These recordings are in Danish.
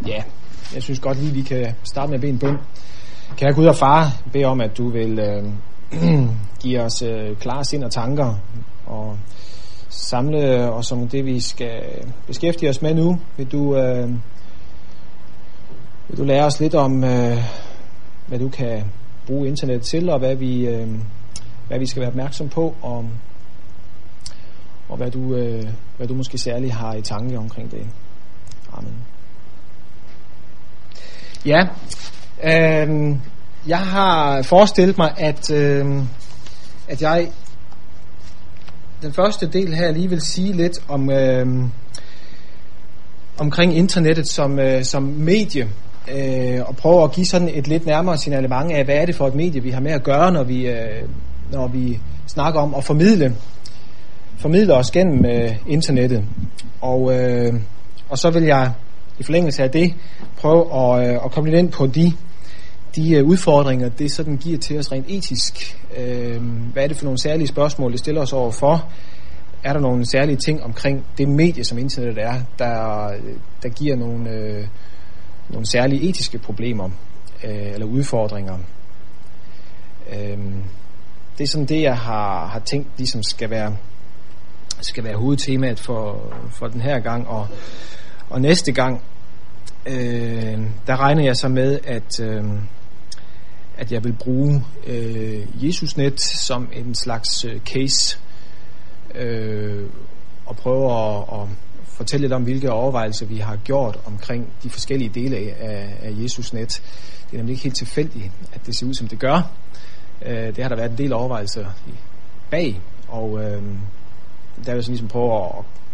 Ja, jeg synes godt lige, vi kan starte med at bede en bøn. Kære Gud og Far, bed om, at du vil give os klare sind og tanker, og samle os om det, vi skal beskæftige os med nu. Vil du lære os lidt om, hvad du kan bruge internet til, og hvad vi skal være opmærksom på, og hvad du måske særligt har i tanke omkring det. Amen. Ja, jeg har forestillet mig, at jeg den første del her lige vil sige lidt om omkring internettet som medie, og prøve at give sådan et lidt nærmere signalement af, hvad er det for et medie, vi har med at gøre, når vi snakker om at formidle os gennem internettet. Og så vil jeg i forlængelse af det prøve at komme lidt ind på de udfordringer, det sådan giver til os rent etisk. Hvad er det for nogle særlige spørgsmål, det stiller os overfor? Er der nogle særlige ting omkring det medie, som internettet er, der giver nogle særlige etiske problemer eller udfordringer? Det er sådan det, jeg har tænkt, ligesom skal være hovedtemaet for den her gang, og næste gang, der regner jeg så med, at jeg vil bruge Jesusnet som en slags case, og prøve at fortælle lidt om, hvilke overvejelser vi har gjort omkring de forskellige dele af Jesusnet. Det er nemlig ikke helt tilfældigt, at det ser ud, som det gør. Det har der været en del overvejelser bag, og der vil jeg så ligesom prøve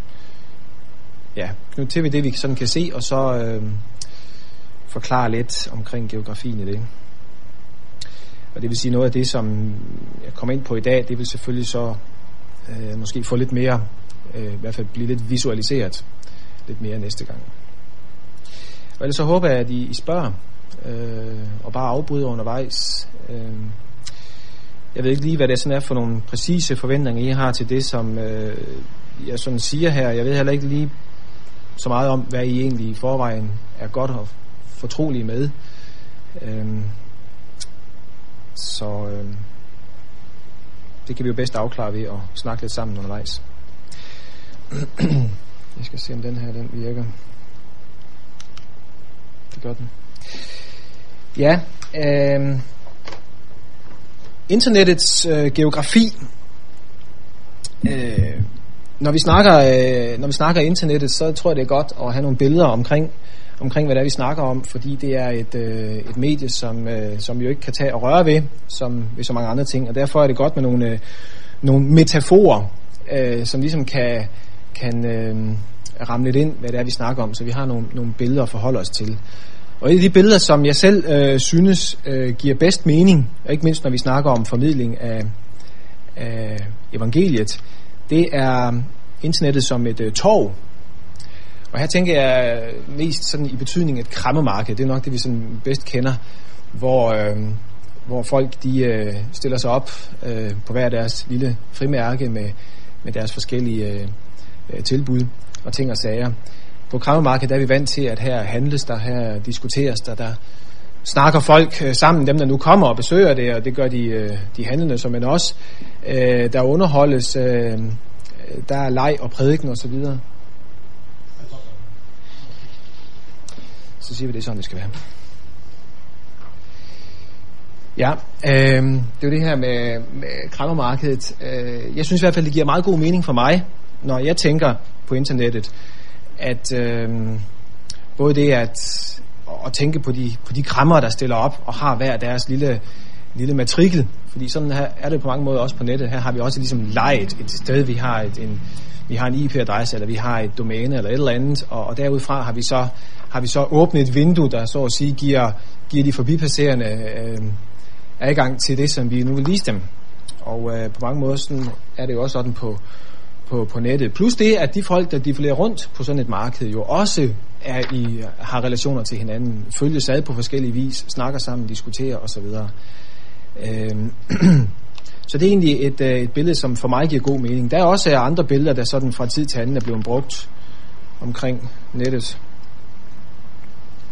at knytte til ved det, vi sådan kan se, og så forklare lidt omkring geografien i det. Og det vil sige, noget af det, som jeg kommer ind på i dag, det vil selvfølgelig så måske få lidt mere, i hvert fald blive lidt visualiseret lidt mere næste gang. Og ellers så håber jeg, at I spørger og bare afbryder undervejs. Jeg ved ikke lige, hvad det sådan er for nogle præcise forventninger, I har til det, som jeg sådan siger her. Jeg ved heller ikke lige så meget om, hvad I egentlig i forvejen er godt og fortrolige med. Så det kan vi jo bedst afklare ved at snakke lidt sammen undervejs. Jeg skal se, om den her den virker. Det gør den. Ja, internettets geografi. Når vi snakker internettet, så tror jeg, det er godt at have nogle billeder omkring hvad det er, vi snakker om, fordi det er et medie, som jo ikke kan tage og røre ved, som ved så mange andre ting, og derfor er det godt med nogle metaforer, som ligesom kan ramme lidt ind, hvad det er, vi snakker om, så vi har nogle billeder at forholde os til. Og et af de billeder, som jeg selv synes giver bedst mening, og ikke mindst når vi snakker om formidling af evangeliet, det er internettet som et torv. Og her tænker jeg mest sådan i betydning et kræmmermarked. Det er nok det, vi sådan bedst kender, hvor folk de stiller sig op på hver deres lille frimærke med deres forskellige tilbud og ting og sager. På kræmmermarkedet er vi vant til, at her handles der, her diskuteres der snakker folk sammen, dem der nu kommer og besøger det, og det gør de handlende som en også. Der underholdes, der er leg og prædiken og så videre. Så siger vi, det er sådan, det skal være. Ja, det er jo det her med kræmmermarkedet. Jeg synes i hvert fald, det giver meget god mening for mig, når jeg tænker på internettet, at både det at tænke på de kræmmere, der stiller op og har hver deres lille matrikel, fordi sådan her er det på mange måder også på nettet. Her har vi også ligesom lejet et sted, vi har en IP-adresse, eller vi har et domæne eller et eller andet, og derudfra har vi så åbnet et vindue, der så at sige giver de forbipasserende adgang til det, som vi nu vil vise dem. Og på mange måder sådan er det jo også sådan på nettet. Plus det, at de folk, der defilerer rundt på sådan et marked, jo også har relationer til hinanden, følges ad på forskellige vis, snakker sammen, diskuterer osv. Så det er egentlig et billede, som for mig giver god mening. Der er også andre billeder, der sådan fra tid til anden er blevet brugt omkring nettet.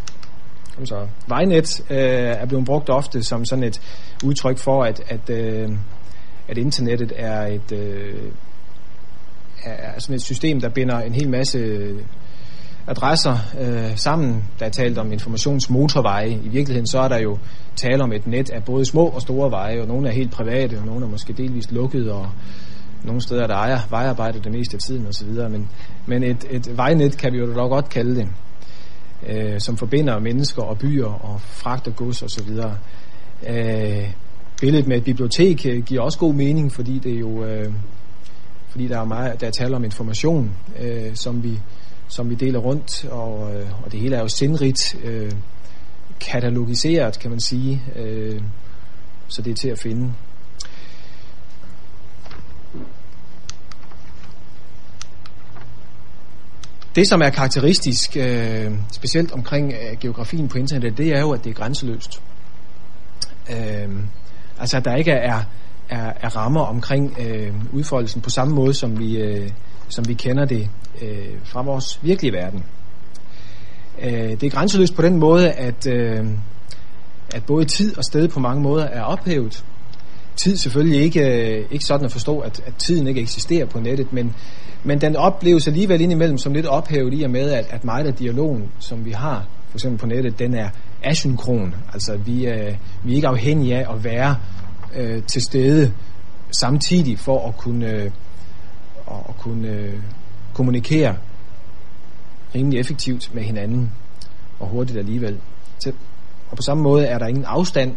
Så vejnet er blevet brugt ofte som sådan et udtryk for, at internettet er sådan et system, der binder en hel masse adresser sammen. Der er talt om informationsmotorveje. I virkeligheden så er der jo tale om et net af både små og store veje, og nogle er helt private, og nogle er måske delvist lukket, og nogle steder er der vejarbejde det meste af tiden osv. Men et vejnet kan vi jo dog godt kalde det, som forbinder mennesker og byer og fragt og gods og så videre. Billedet med et bibliotek giver også god mening, fordi det er jo fordi der er tale om information, som vi deler rundt, og det hele er jo sindrigt katalogiseret, kan man sige, så det er til at finde. Det, som er karakteristisk, specielt omkring geografien på internettet, det er jo, at det er grænseløst. Altså, at der ikke er rammer omkring udfoldelsen på samme måde, som vi kender det fra vores virkelige verden. Det er grænseløst på den måde, at både tid og sted på mange måder er ophævet. Tid selvfølgelig ikke sådan at forstå, at tiden ikke eksisterer på nettet, men den opleves alligevel indimellem som lidt ophævet i og med, at meget af dialogen, som vi har, for eksempel på nettet, den er asynkron. Altså vi er ikke afhængige af at være til stede samtidig for at kunne kommunikere rimelig effektivt med hinanden og hurtigt alligevel. Og på samme måde er der ingen afstand,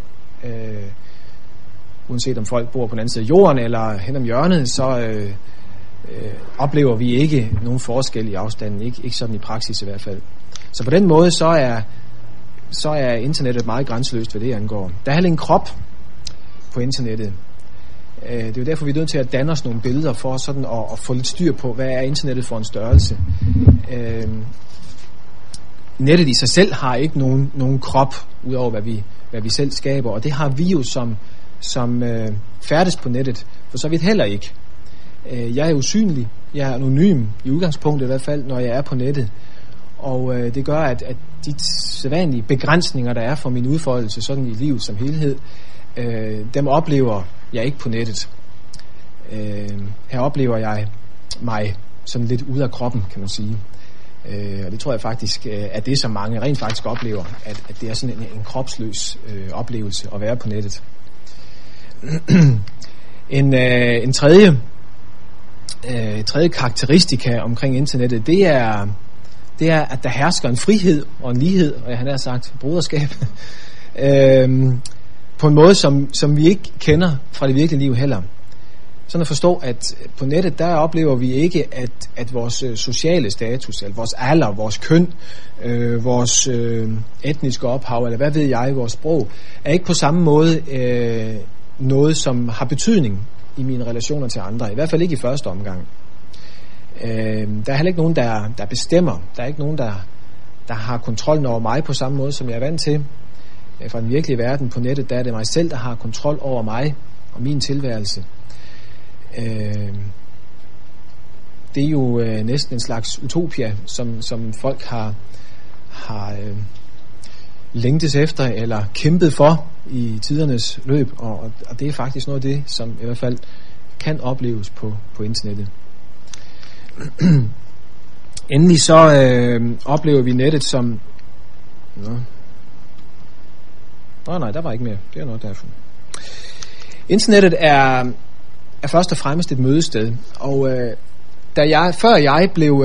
uanset om folk bor på den anden side af jorden eller hen om hjørnet, så oplever vi ikke nogen forskel i afstanden, ikke sådan i praksis i hvert fald. Så på den måde så er internettet meget grænseløst, hvad det angår. Der er heller ingen krop på internettet. Det er jo derfor, vi er nødt til at danne os nogle billeder for sådan at få lidt styr på, hvad er internettet for en størrelse. Nettet i sig selv har ikke nogen krop, udover hvad vi selv skaber, og det har vi jo som færdes på nettet, for så vidt heller ikke. Jeg er usynlig, jeg er anonym, i udgangspunktet i hvert fald, når jeg er på nettet, og det gør, at de sædvanlige begrænsninger, der er for min udfoldelse sådan i livet som helhed, dem oplever jeg ikke på nettet. Her oplever jeg mig sådan lidt ude af kroppen, kan man sige. Og det tror jeg faktisk er det, som mange rent faktisk oplever, at det er sådan en kropsløs oplevelse at være på nettet. En tredje karakteristika omkring internettet, det er, at der hersker en frihed og en lighed, og jeg har nær sagt broderskab, på en måde, som vi ikke kender fra det virkelige liv heller. Sådan at forstå, at på nettet, der oplever vi ikke, at vores sociale status, eller vores alder, vores køn, vores etniske ophav, eller hvad ved jeg, vores sprog, er ikke på samme måde noget, som har betydning i mine relationer til andre. I hvert fald ikke i første omgang. Der er heller ikke nogen, der bestemmer. Der er ikke nogen, der har kontrollen over mig på samme måde, som jeg er vant til. Fra den virkelige verden på nettet, der er det mig selv, der har kontrol over mig og min tilværelse. Det er jo næsten en slags utopia, som folk har længtes efter eller kæmpet for i tidernes løb, og det er faktisk noget af det, som i hvert fald kan opleves på internettet. Endelig så oplever vi nettet som nej, der var ikke mere. Det er noget derfor. Internettet er først og fremmest et mødested, og før jeg blev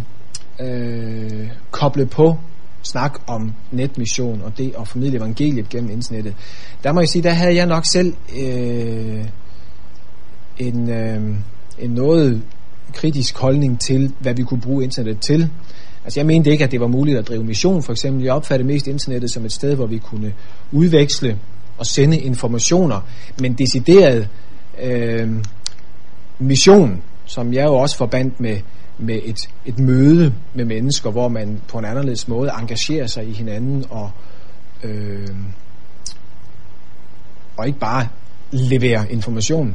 koblet på snak om netmission og det at formidle evangeliet gennem internettet, der må jeg sige, der havde jeg nok selv en noget kritisk holdning til, hvad vi kunne bruge internet til. Altså jeg mente ikke, at det var muligt at drive mission, for eksempel. Jeg opfattede mest internettet som et sted, hvor vi kunne udveksle og sende informationer, men decideret mission, som jeg jo også forbandt med et møde med mennesker, hvor man på en anderledes måde engagerer sig i hinanden og ikke bare leverer information.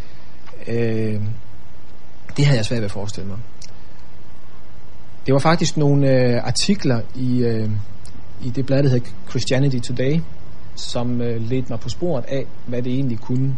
Det havde jeg svært ved at forestille mig. Det var faktisk nogle artikler i det blad, der hedder Christianity Today, som ledte mig på sporet af, hvad det egentlig kunne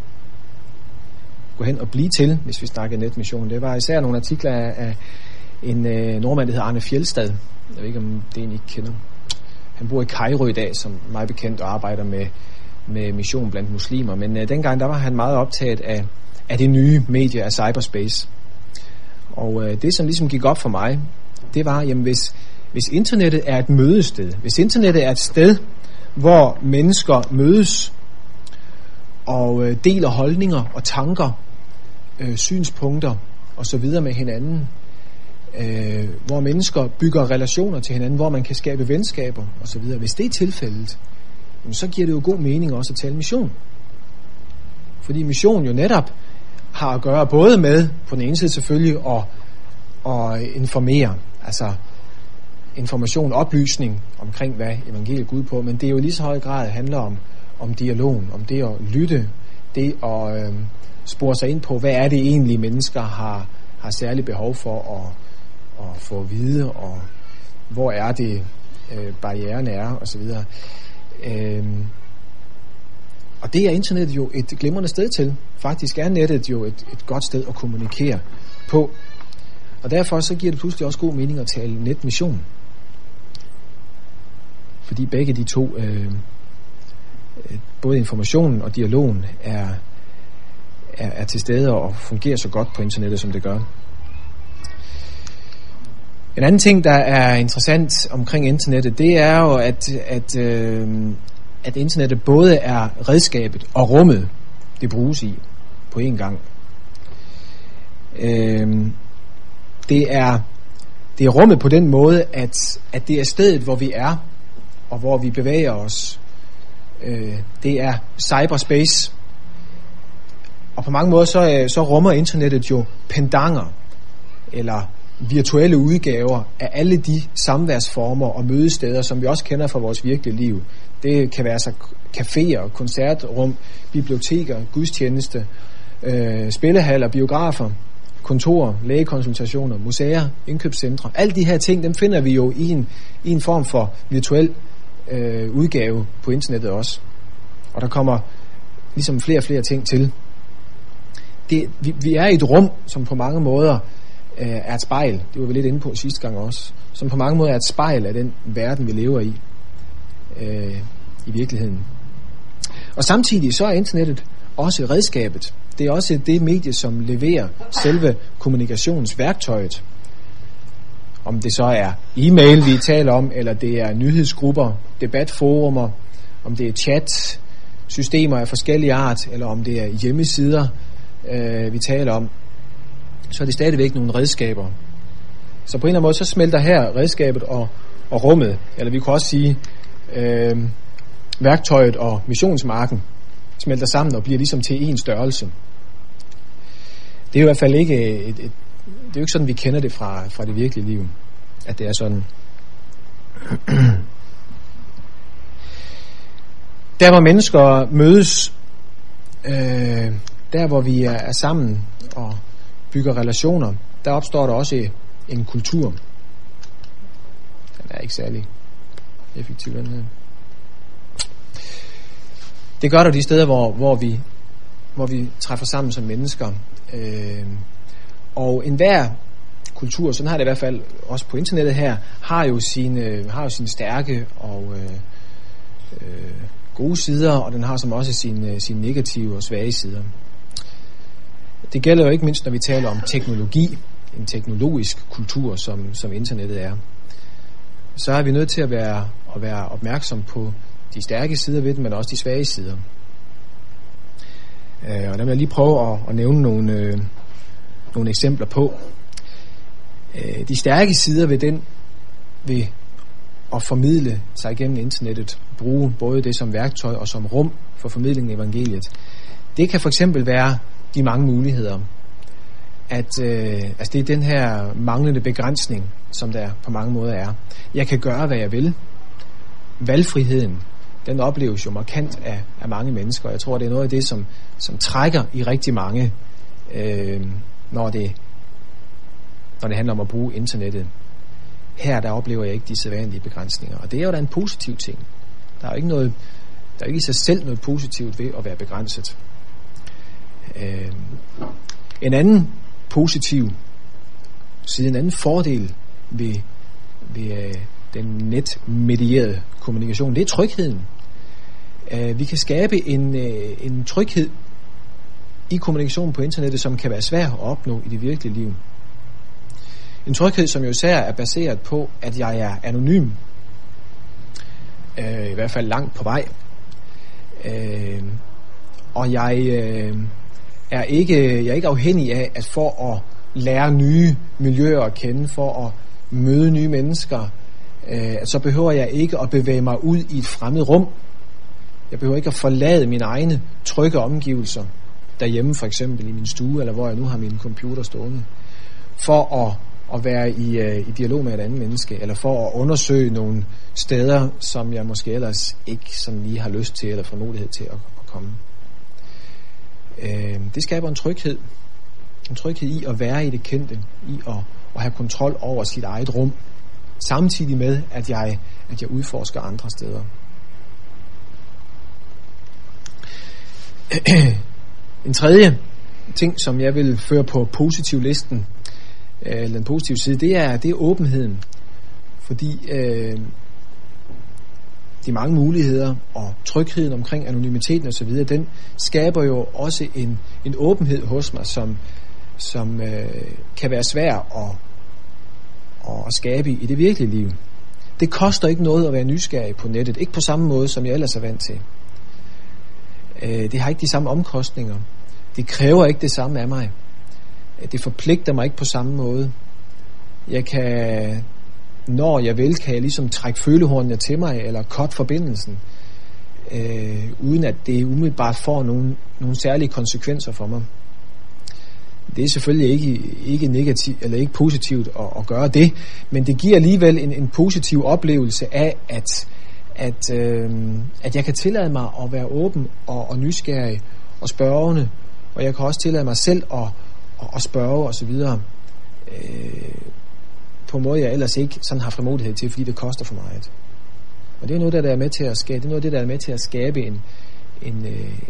gå hen og blive til, hvis vi snakkede netmission. Det var især nogle artikler af en nordmand, der hedder Arne Fjeldstad. Jeg ved ikke, om det egentlig kender. Han bor i Kairo i dag, som meget bekendt, og arbejder med mission blandt muslimer. Men dengang, der var han meget optaget af det nye medie af cyberspace. Og det, som ligesom gik op for mig, det var, jamen hvis internettet er et mødested, hvis internettet er et sted, hvor mennesker mødes og deler holdninger og tanker, synspunkter og så videre med hinanden, hvor mennesker bygger relationer til hinanden, hvor man kan skabe venskaber og så videre. Hvis det er tilfældet, så giver det jo god mening også at tale mission. Fordi mission jo netop har at gøre både med, på den ene side selvfølgelig, og informere, altså information, oplysning omkring, hvad evangeliet går ud på, men det er jo lige så høj grad handler om dialogen, om det at lytte, det at spore sig ind på, hvad er det egentlig mennesker har særligt behov for at få at vide, og hvor er det barriererne er, og så videre. Og det er internettet jo et glimrende sted til. Faktisk er nettet jo et godt sted at kommunikere på. Og derfor så giver det pludselig også god mening at tale netmission. Fordi begge de to, både informationen og dialogen, er til stede og fungerer så godt på internettet, som det gør. En anden ting, der er interessant omkring internettet, det er jo, at internettet både er redskabet og rummet, det bruges i på én gang. Det er rummet på den måde, at det er stedet, hvor vi er, og hvor vi bevæger os. Det er cyberspace. Og på mange måder så rummer internettet jo pendanger, eller virtuelle udgaver af alle de samværsformer og mødesteder, som vi også kender fra vores virkelige liv. Det kan være så caféer, koncertrum, biblioteker, gudstjeneste, spillehaller, biografer, kontorer, lægekonsultationer, museer, indkøbscentre. Alle de her ting, dem finder vi jo i en form for virtuel udgave på internettet også. Og der kommer ligesom flere og flere ting til. Vi er i et rum, som på mange måder er et spejl. Det var vi lidt inde på sidste gang også. Som på mange måder er et spejl af den verden, vi lever i virkeligheden. Og samtidig så er internettet også redskabet. Det er også det medie, som leverer selve kommunikationsværktøjet. Om det så er e-mail, vi taler om, eller det er nyhedsgrupper, debatforumer, om det er chat, systemer af forskellige art, eller om det er hjemmesider, vi taler om, så er det stadigvæk nogle redskaber. Så på en eller anden måde, så smelter her redskabet og rummet, eller vi kan også sige, værktøjet og missionsmarken smelter sammen og bliver ligesom til en størrelse. Det er jo i hvert fald ikke det er jo ikke sådan, vi kender det fra det virkelige liv, at det er sådan. Der hvor mennesker mødes, der hvor vi er sammen og bygger relationer, der opstår der også en kultur. Den er ikke særlig effektiv. Det gør der de steder, hvor vi træffer sammen som mennesker. Og enhver kultur, sådan har det i hvert fald også på internettet her, har jo sine stærke og gode sider, og den har som også sine negative og svage sider. Det gælder jo ikke mindst, når vi taler om teknologi, en teknologisk kultur, som internettet er. Så er vi nødt til at være opmærksom på de stærke sider ved den, men også de svage sider. Og der vil jeg lige prøve at nævne nogle eksempler på. De stærke sider ved at formidle sig igennem internettet, bruge både det som værktøj og som rum for formidlingen af evangeliet. Det kan for eksempel være de mange muligheder. Det er den her manglende begrænsning, som der på mange måder er. Jeg kan gøre, hvad jeg vil. Valgfriheden, den opleves jo markant af mange mennesker. Jeg tror, det er noget af det, som trækker i rigtig mange, når det handler om at bruge internettet. her der oplever jeg ikke de sædvanlige begrænsninger. Og det er jo da en positiv ting. Der er ikke i sig selv noget positivt ved at være begrænset. En anden positiv side, en anden fordel ved den netmedierede kommunikation, det er trygheden. Vi kan skabe en tryghed i kommunikation på internettet, som kan være svær at opnå i det virkelige liv. En tryghed, som jo især er baseret på, at jeg er anonym. I hvert fald langt på vej. Og jeg er ikke afhængig af, at for at lære nye miljøer at kende, for at møde nye mennesker, så behøver jeg ikke at bevæge mig ud i et fremmed rum. Jeg behøver ikke at forlade mine egne trygge omgivelser, derhjemme for eksempel i min stue, eller hvor jeg nu har min computer stående, for at være i dialog med et andet menneske, eller for at undersøge nogle steder, som jeg måske ellers ikke sådan lige har lyst til, eller får mulighed til at komme. Det skaber en tryghed. En tryghed i at være i det kendte, i at have kontrol over sit eget rum, samtidig med, at jeg udforsker andre steder. En tredje ting, som jeg vil føre på positivlisten, eller den positive side, det er åbenheden. Fordi de mange muligheder og trygheden omkring anonymiteten osv., den skaber jo også en åbenhed hos mig, som kan være svær at skabe i det virkelige liv. Det koster ikke noget at være nysgerrig på nettet, ikke på samme måde, som jeg ellers er vant til. Det har ikke de samme omkostninger. Det kræver ikke det samme af mig. Det forpligter mig ikke på samme måde. Jeg kan, når jeg vil, kan jeg ligesom trække følehornene til mig, eller cut forbindelsen, uden at det umiddelbart får nogle særlige konsekvenser for mig. Det er selvfølgelig ikke negativt eller ikke positivt at gøre det, men det giver alligevel en positiv oplevelse af, at jeg kan tillade mig at være åben og nysgerrig og spørgende, og jeg kan også tillade mig selv at spørge og så videre på en måde, jeg ellers ikke sådan har frimodighed til, fordi det koster for meget. Og det er noget, der er med til at skabe, det er noget, der er med til at skabe en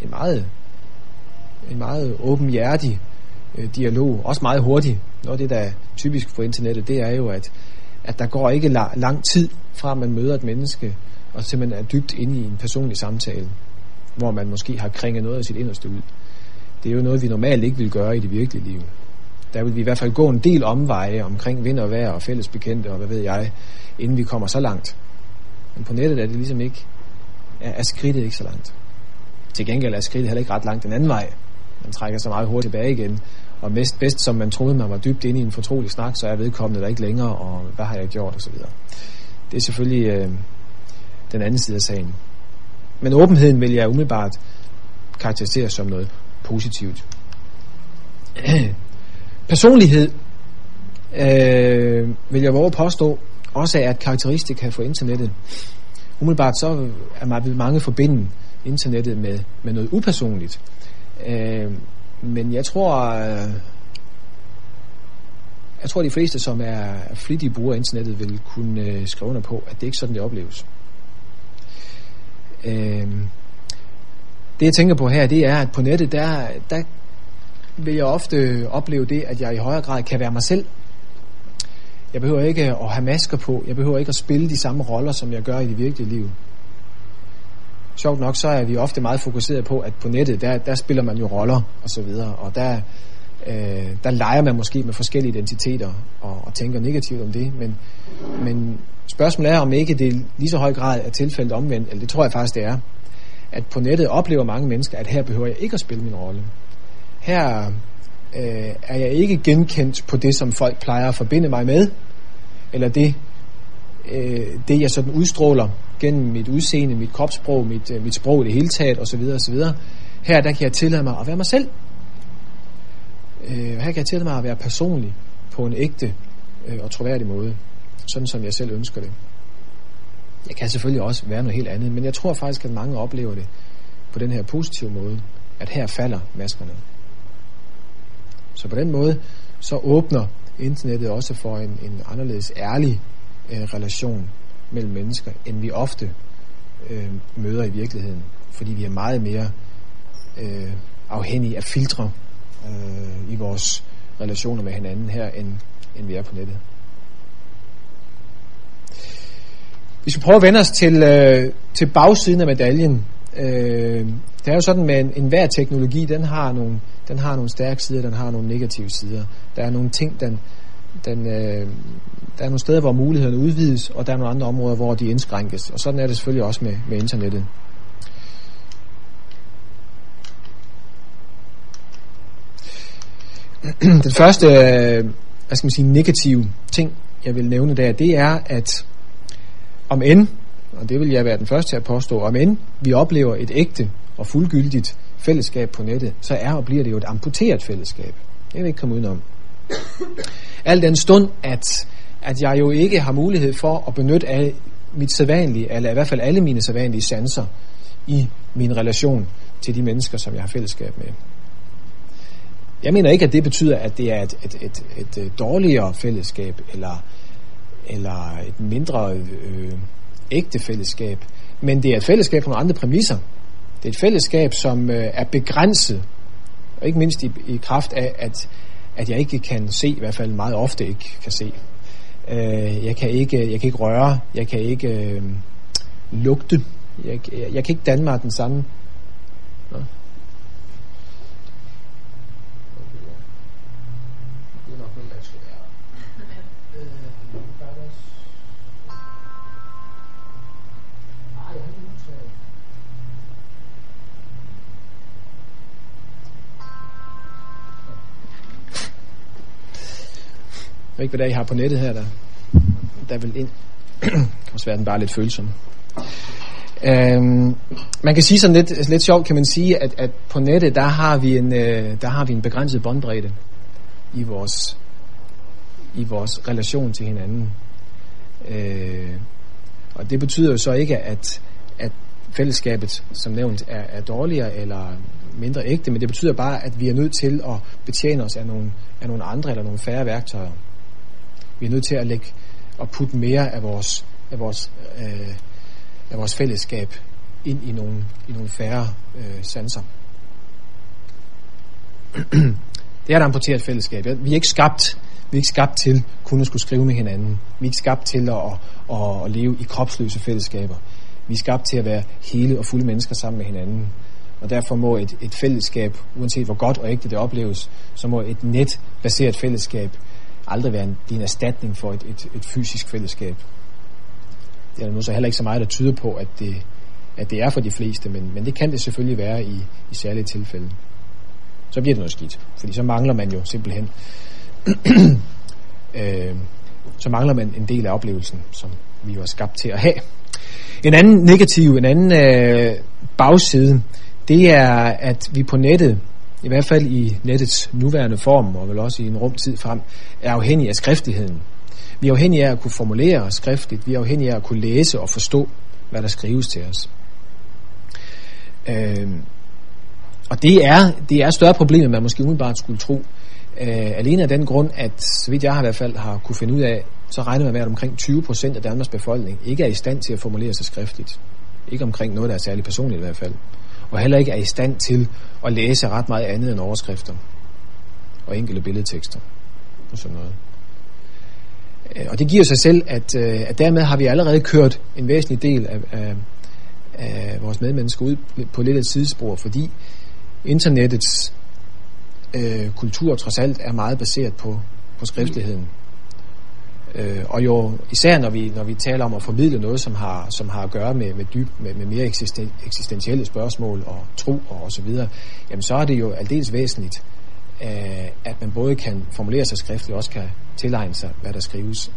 meget åbenhjertig dialog, også meget hurtig. Noget af det, der er typisk for internettet, det er jo, at der går ikke lang tid fra, man møder et menneske, og simpelthen er dybt inde i en personlig samtale, hvor man måske har kringet noget af sit inderste ud. Det er jo noget, vi normalt ikke vil gøre i det virkelige liv. Der vil vi i hvert fald gå en del omveje omkring vind og vejr og fælles bekendte, og hvad ved jeg, inden vi kommer så langt. Men på nettet er det ligesom ikke, er skridtet ikke så langt. Til gengæld er skridtet heller ikke ret langt den anden vej. Man trækker sig meget hurtigt tilbage igen, og bedst som man troede, man var dybt inde i en fortrolig snak, så er vedkommende der ikke længere, og hvad har jeg gjort, og så videre. Det er selvfølgelig den anden side af sagen. Men åbenheden vil jeg umiddelbart karakterisere som noget positivt. Personlighed vil jeg våge at påstå også er et karakteristika for internettet. Umiddelbart så vil mange forbinde internettet med noget upersonligt. Men jeg tror de fleste, som er flittige brugere af internettet, vil kunne skrive under på, at det ikke sådan, det opleves. Det jeg tænker på her, det er, at på nettet, der vil jeg ofte opleve det, at jeg i højere grad kan være mig selv. Jeg behøver ikke at have masker på. Jeg behøver ikke at spille de samme roller, som jeg gør i det virkelige liv. Sjovt nok, så er vi ofte meget fokuseret på, at på nettet, der spiller man jo roller og så videre, og der leger man måske med forskellige identiteter og tænker negativt om det, men spørgsmålet er, om ikke det i lige så høj grad er tilfældet omvendt, eller det tror jeg faktisk, det er, at på nettet oplever mange mennesker, at her behøver jeg ikke at spille min rolle. Her er jeg ikke genkendt på det, som folk plejer at forbinde mig med, eller det jeg sådan udstråler gennem mit udseende, mit kropssprog, mit sprog i det hele taget, osv. osv. Her der kan jeg tillade mig at være mig selv. Her kan jeg tillade mig at være personlig på en ægte og troværdig måde, sådan som jeg selv ønsker det. Jeg kan selvfølgelig også være noget helt andet, men jeg tror faktisk, at mange oplever det på den her positive måde, at her falder maskerne. Så på den måde, så åbner internettet også for en anderledes ærlig relation mellem mennesker, end vi ofte møder i virkeligheden, fordi vi er meget mere afhængige af filtre i vores relationer med hinanden her, end vi er på nettet. Vi skal prøve at vende os til bagsiden af medaljen. Det er jo sådan med enhver teknologi, den har nogle stærke sider, den har nogle negative sider. Der er nogle ting, der er nogle steder, hvor mulighederne udvides, og der er nogle andre områder, hvor de indskrænkes. Og sådan er det selvfølgelig også med internettet. Den første, negative ting, jeg vil nævne der, det er, at om end, og det vil jeg være den første til at påstå, om end vi oplever et ægte og fuldgyldigt fællesskab på nettet, så er og bliver det jo et amputeret fællesskab. Det vil ikke komme udenom. Al den stund, at jeg jo ikke har mulighed for at benytte af mit sædvanlige, eller i hvert fald alle mine sædvanlige sanser i min relation til de mennesker, som jeg har fællesskab med. Jeg mener ikke, at det betyder, at det er et dårligere fællesskab, eller et mindre ægte fællesskab, men det er et fællesskab på nogle andre præmisser. Det er et fællesskab, som er begrænset, og ikke mindst i kraft af, at jeg ikke kan se, i hvert fald meget ofte ikke kan se. Jeg kan ikke røre, jeg kan ikke lugte, jeg kan ikke danne mig den samme. Nå. Jeg ved ikke, hvad det er, I har på nettet her, der vil ind. Det kan også være, den bare lidt følsom. Man kan sige sådan lidt sjovt, kan man sige, at på nettet, der har vi en begrænset båndbredde i vores relation til hinanden. Og det betyder jo så ikke, at fællesskabet, som nævnt, er dårligere eller mindre ægte, men det betyder bare, at vi er nødt til at betjene os af nogle andre eller nogle færre værktøjer. Vi er nødt til at putte mere af vores fællesskab ind i nogle færre sanser. Det er et amputeret fællesskab. Vi er ikke skabt til kun at skulle skrive med hinanden. Vi er ikke skabt til at leve i kropsløse fællesskaber. Vi er skabt til at være hele og fulde mennesker sammen med hinanden. Og derfor må et fællesskab, uanset hvor godt og ægte det opleves, så må et netbaseret fællesskab aldrig være en erstatning for et fysisk fællesskab. Det er nu så heller ikke så meget, der tyder på, at det er for de fleste, men det kan det selvfølgelig være i særlige tilfælde. Så bliver det noget skidt, fordi så mangler man jo simpelthen så mangler man en del af oplevelsen, som vi jo er skabt til at have. En anden bagside, det er, at vi på nettet, i hvert fald i nettets nuværende form, og vel også i en rumtid frem, er afhængige af skriftligheden. Vi er afhængige af at kunne formulere skriftligt, vi er afhængige af at kunne læse og forstå, hvad der skrives til os. Og det er et større problem, end man måske umiddelbart skulle tro. Alene af den grund, at så vidt jeg har i hvert fald har kunne finde ud af, så regner man med, at omkring 20% af Danmarks befolkning ikke er i stand til at formulere sig skriftligt. Ikke omkring noget, der er særligt personligt i hvert fald. Og heller ikke er i stand til at læse ret meget andet end overskrifter og enkelte billedtekster og sådan noget. Og det giver sig selv, at dermed har vi allerede kørt en væsentlig del af vores medmennesker ud på lidt af et sidespor, fordi internettets kultur trods alt er meget baseret på skriftligheden. Og jo især når vi taler om at formidle noget, som har at gøre med mere eksistentielle spørgsmål og tro og så videre, jamen så er det jo aldeles væsentligt, at man både kan formulere sig skriftligt og også kan tilegne sig, hvad der skrives.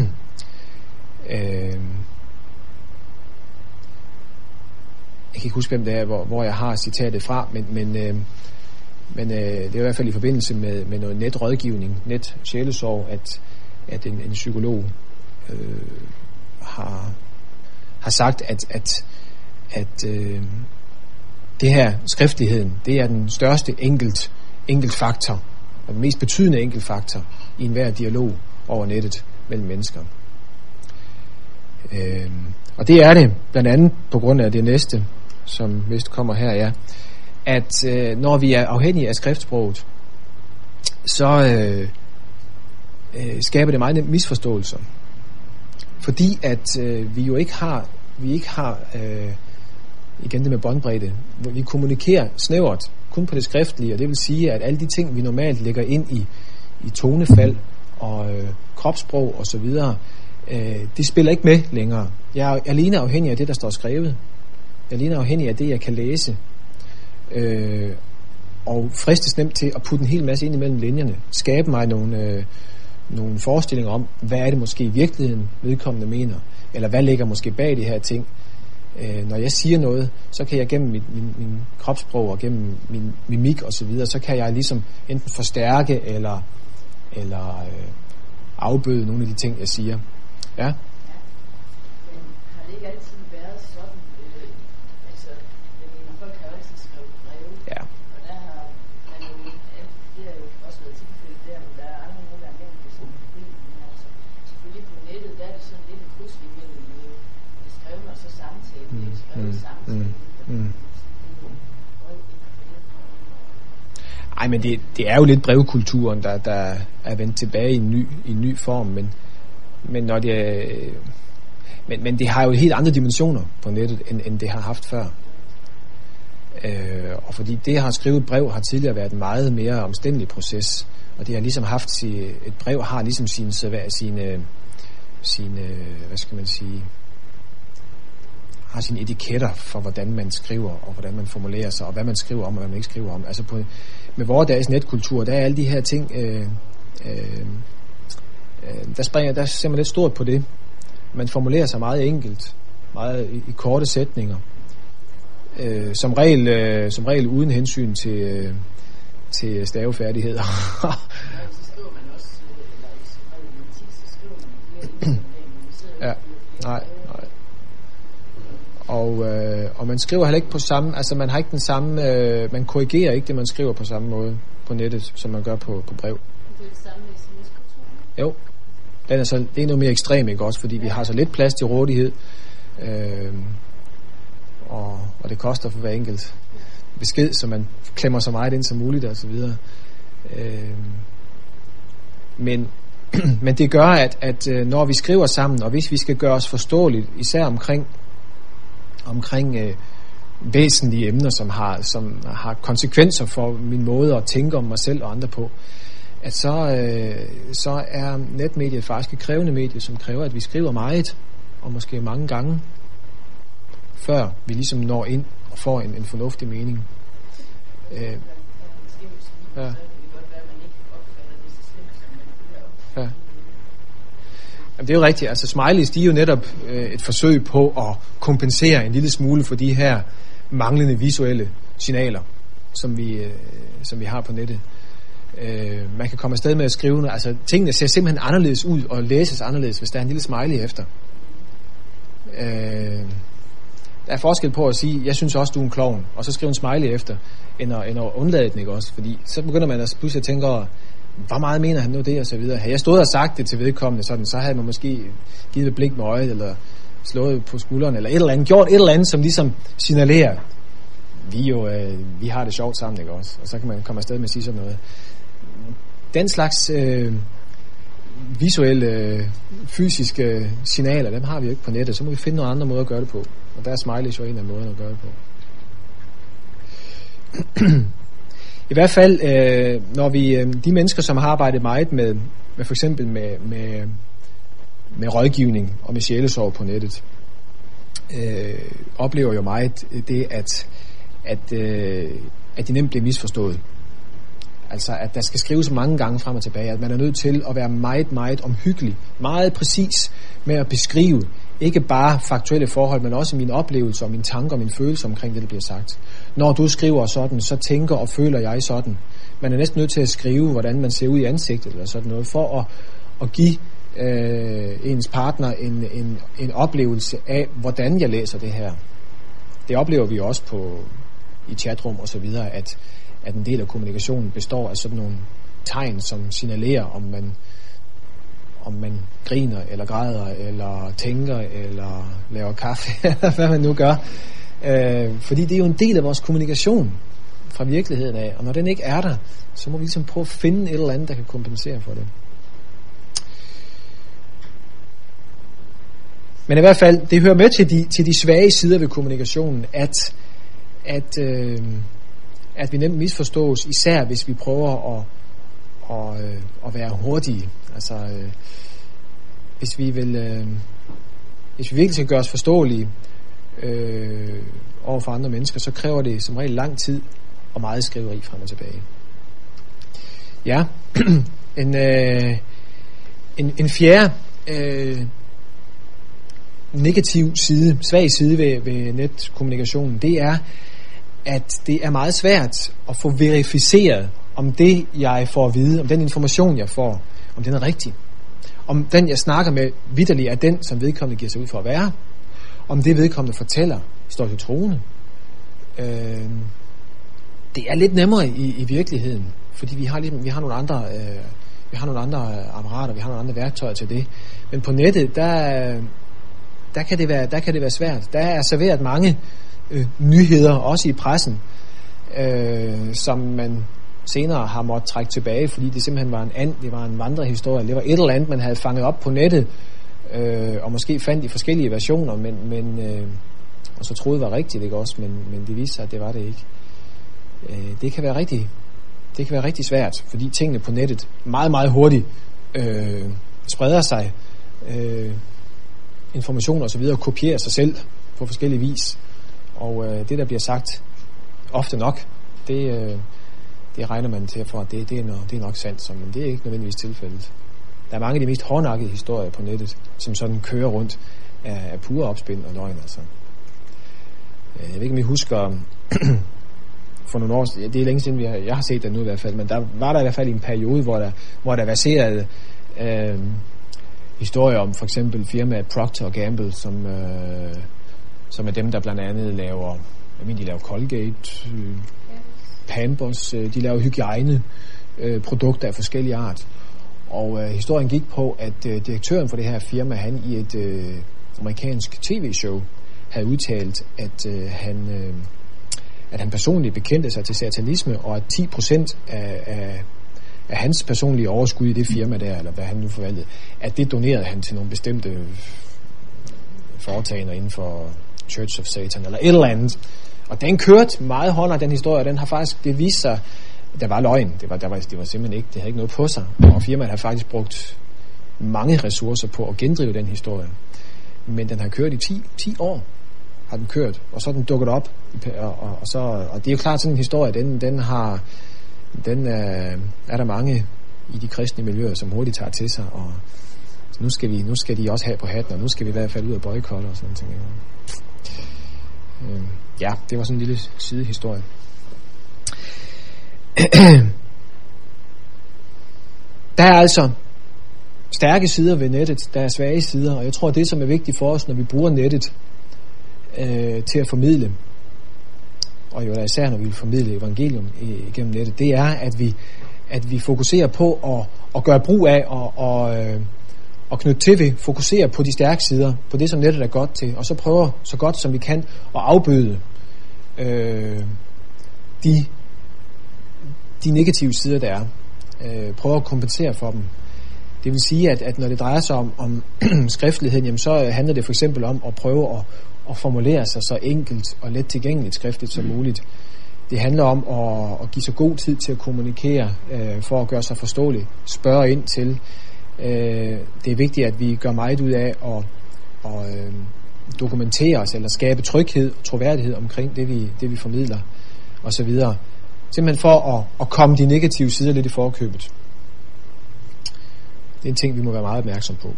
Jeg kan ikke huske, hvem det er, hvor jeg har citatet fra, men det er i hvert fald i forbindelse med noget netrådgivning, net-sjælesorg, at en psykolog har sagt, at det her skriftligheden, det er den største enkelt faktor, og den mest betydende enkelt faktor i enhver dialog over nettet mellem mennesker. Og det er det, blandt andet på grund af det næste, som vist kommer her, ja. At når vi er afhængige af skriftsproget, så skaber det meget misforståelser. Fordi at vi jo ikke har, igen det med båndbredde, vi kommunikerer snævert, kun på det skriftlige, og det vil sige, at alle de ting, vi normalt lægger ind i tonefald og kropssprog og så videre, de spiller ikke med længere. Jeg er alene afhængig af det, der står skrevet. Jeg er alene afhængig af det, jeg kan læse. Og fristes nemt til at putte en hel masse ind imellem linjerne. Skabe mig nogle forestillinger om, hvad er det måske i virkeligheden vedkommende mener, eller hvad ligger måske bag de her ting. Når jeg siger noget, så kan jeg gennem min kropssprog og gennem min mimik og så videre, så kan jeg ligesom enten forstærke eller afbøde nogle af de ting, jeg siger. Ja. Men har det ikke altid været sådan, altså, jeg mener, folk har jo altid skrevet breve, Ja. og der har man jo, det har jo også været tilfældet der, men der er aldrig nogen, der har nævnt det som problem, men altså, selvfølgelig på nettet, der er det sådan lidt en krydsning mellem det skrevne og så samtale, det er skrevet samtale, Ej, men det er jo lidt brevkulturen, der er vendt tilbage i en ny form, men når men det har jo helt andre dimensioner på nettet, end det har haft før. Og fordi det at have skrevet et brev har tidligere været en meget mere omstændelig proces, og det har ligesom haft et brev har ligesom sine hvad skal man sige, har sine etiketter for hvordan man skriver og hvordan man formulerer sig og hvad man skriver om og hvad man ikke skriver om. Altså med vores dags netkultur, der er alle de her ting der ser man lidt stort på det. Man formulerer sig meget enkelt, meget i korte sætninger. Som regel uden hensyn til stavefærdigheder. Ja, nej. Og man skriver heller ikke på samme, altså man har ikke den samme, man korrigerer ikke det, man skriver på samme måde på nettet, som man gør på brev. Det er det samme med sms-kulturen. Jo, det er noget mere ekstremt, ikke også, fordi vi har så lidt plads til rådighed, og det koster for hver enkelt besked, så man klemmer så meget ind som muligt og så videre. Men det gør, at når vi skriver sammen, og hvis vi skal gøre os forståeligt, især omkring væsentlige emner, som har konsekvenser for min måde at tænke om mig selv og andre på, at så er netmediet faktisk et krævende medie, som kræver, at vi skriver meget, og måske mange gange, før vi ligesom når ind og får en fornuftig mening. Ja. Ja. Jamen, det er jo rigtigt. Altså smileys, de er jo netop et forsøg på at kompensere en lille smule for de her manglende visuelle signaler, som vi har på nettet. Man kan komme afsted med at skrive, altså tingene ser simpelthen anderledes ud og læses anderledes, hvis der er en lille smiley efter. Der er forskel på at sige, jeg synes også, du er en klovn, og så skrive en smiley efter, end at undlade den, ikke også? Fordi så begynder man pludselig at tænke over, hvor meget mener han nu det, og så videre. Havde jeg stået og sagt det til vedkommende sådan, så havde man måske givet et blik med øjet, eller slået på skulderen, eller et eller andet, gjort et eller andet, som ligesom signalerer, vi har det sjovt sammen, ikke også? Og så kan man komme afsted med at sige sådan noget. Den slags visuelle, fysiske signaler, dem har vi jo ikke på nettet, så må vi finde nogle andre måder at gøre det på. Og der er smileys jo en af måderne at gøre det på. I hvert fald, når vi, de mennesker, som har arbejdet meget med for eksempel med rådgivning og med sjælesorg på nettet, oplever jo meget det, at de nemt bliver misforstået. Altså, at der skal skrives mange gange frem og tilbage, at man er nødt til at være meget, meget omhyggelig, meget præcis med at beskrive, ikke bare faktuelle forhold, men også mine oplevelser og mine tanker og mine følelser omkring det, der bliver sagt. Når du skriver sådan, så tænker og føler jeg sådan. Man er næsten nødt til at skrive, hvordan man ser ud i ansigtet eller sådan noget, for at give ens partner en oplevelse af, hvordan jeg læser det her. Det oplever vi også i chatrum og så videre, at en del af kommunikationen består af sådan nogle tegn, som signalerer, om man griner, eller græder, eller tænker, eller laver kaffe, hvad man nu gør. Fordi det er jo en del af vores kommunikation fra virkeligheden af, og når den ikke er der, så må vi ligesom prøve at finde et eller andet, der kan kompensere for det. Men i hvert fald, det hører med til de svage sider ved kommunikationen, at vi nemt misforstås, især hvis vi prøver at være hurtige. Altså, hvis vi virkelig skal gøre os forståelige over for andre mennesker, så kræver det som regel lang tid og meget skriveri frem og tilbage. Ja, en fjerde negativ side, svag side ved netkommunikationen, det er, at det er meget svært at få verificeret, om det jeg får at vide, om den information jeg får, om den er rigtig. Om den jeg snakker med vitterlig er den, som vedkommende giver sig ud for at være. Om det vedkommende fortæller, står til troende. Det er lidt nemmere i virkeligheden, fordi vi har nogle andre apparater, vi har nogle andre værktøjer til det. Men på nettet, der kan det være svært. Der er serveret mange nyheder, også i pressen, som man senere har måttet trække tilbage, fordi det simpelthen var en vandrehistorie. Det var et eller andet, man havde fanget op på nettet, og måske fandt i forskellige versioner, men og så troede det var rigtigt, ikke også? Men det viste sig, at det var det ikke. Det kan være rigtig svært, fordi tingene på nettet meget, meget hurtigt spreder sig, informationer og så videre, kopierer sig selv på forskellige vis. Og det, der bliver sagt ofte nok, det regner man til for, at det er nok sandt, men det er ikke nødvendigvis tilfældet. Der er mange af de mest hårdnakkede historier på nettet, som sådan kører rundt af pure opspind og løgn. Altså. Jeg ved ikke, om I husker for nogle år siden, det er længe siden, jeg har set det nu i hvert fald, men der var der i hvert fald en periode, hvor der verserede historier om for eksempel firmaet Procter & Gamble, som er dem, der blandt andet laver Colgate, Pampers, de laver hygiejne produkter af forskellige art. Og historien gik på, at direktøren for det her firma, han i et amerikansk tv-show havde udtalt, at han personligt bekendte sig til satanisme, og at 10% af hans personlige overskud i det firma der, eller hvad han nu forvaltede, at det donerede han til nogle bestemte foretagender inden for Church of Satan, eller et eller andet. Og den kørte meget håndere, den historie, og den har faktisk, det viste sig, der var løgn. Det var simpelthen ikke, det havde ikke noget på sig. Og firmaet har faktisk brugt mange ressourcer på at gendrive den historie. Men den har kørt i 10 år, har den kørt, og så er den dukket op. Og det er jo klart sådan en historie, den er der mange i de kristne miljøer, som hurtigt tager til sig, og nu skal de også have på hatten, og nu skal vi i hvert fald ud og boykotte og sådan ting. Ja, det var sådan en lille sidehistorie. Der er altså stærke sider ved nettet, der er svage sider, og jeg tror, det som er vigtigt for os, når vi bruger nettet til at formidle, og jo især når vi vil formidle evangelium igennem nettet, det er, at vi fokuserer på at gøre brug af og knytte til ved, fokusere på de stærke sider, på det som nettet er godt til, og så prøver så godt som vi kan at afbøde de negative sider der er. Prøve at kompensere for dem. Det vil sige, at når det drejer sig om skriftligheden, jamen så handler det for eksempel om at prøve at formulere sig så enkelt og let tilgængeligt skriftligt som muligt. Det handler om at give så god tid til at kommunikere for at gøre sig forståelig. Spørge ind til. Det er vigtigt, at vi gør meget ud af at dokumentere os eller skabe tryghed og troværdighed omkring det vi formidler og så videre. Simpelthen for at komme de negative sider lidt i forkøbet. Det er en ting, vi må være meget opmærksom på.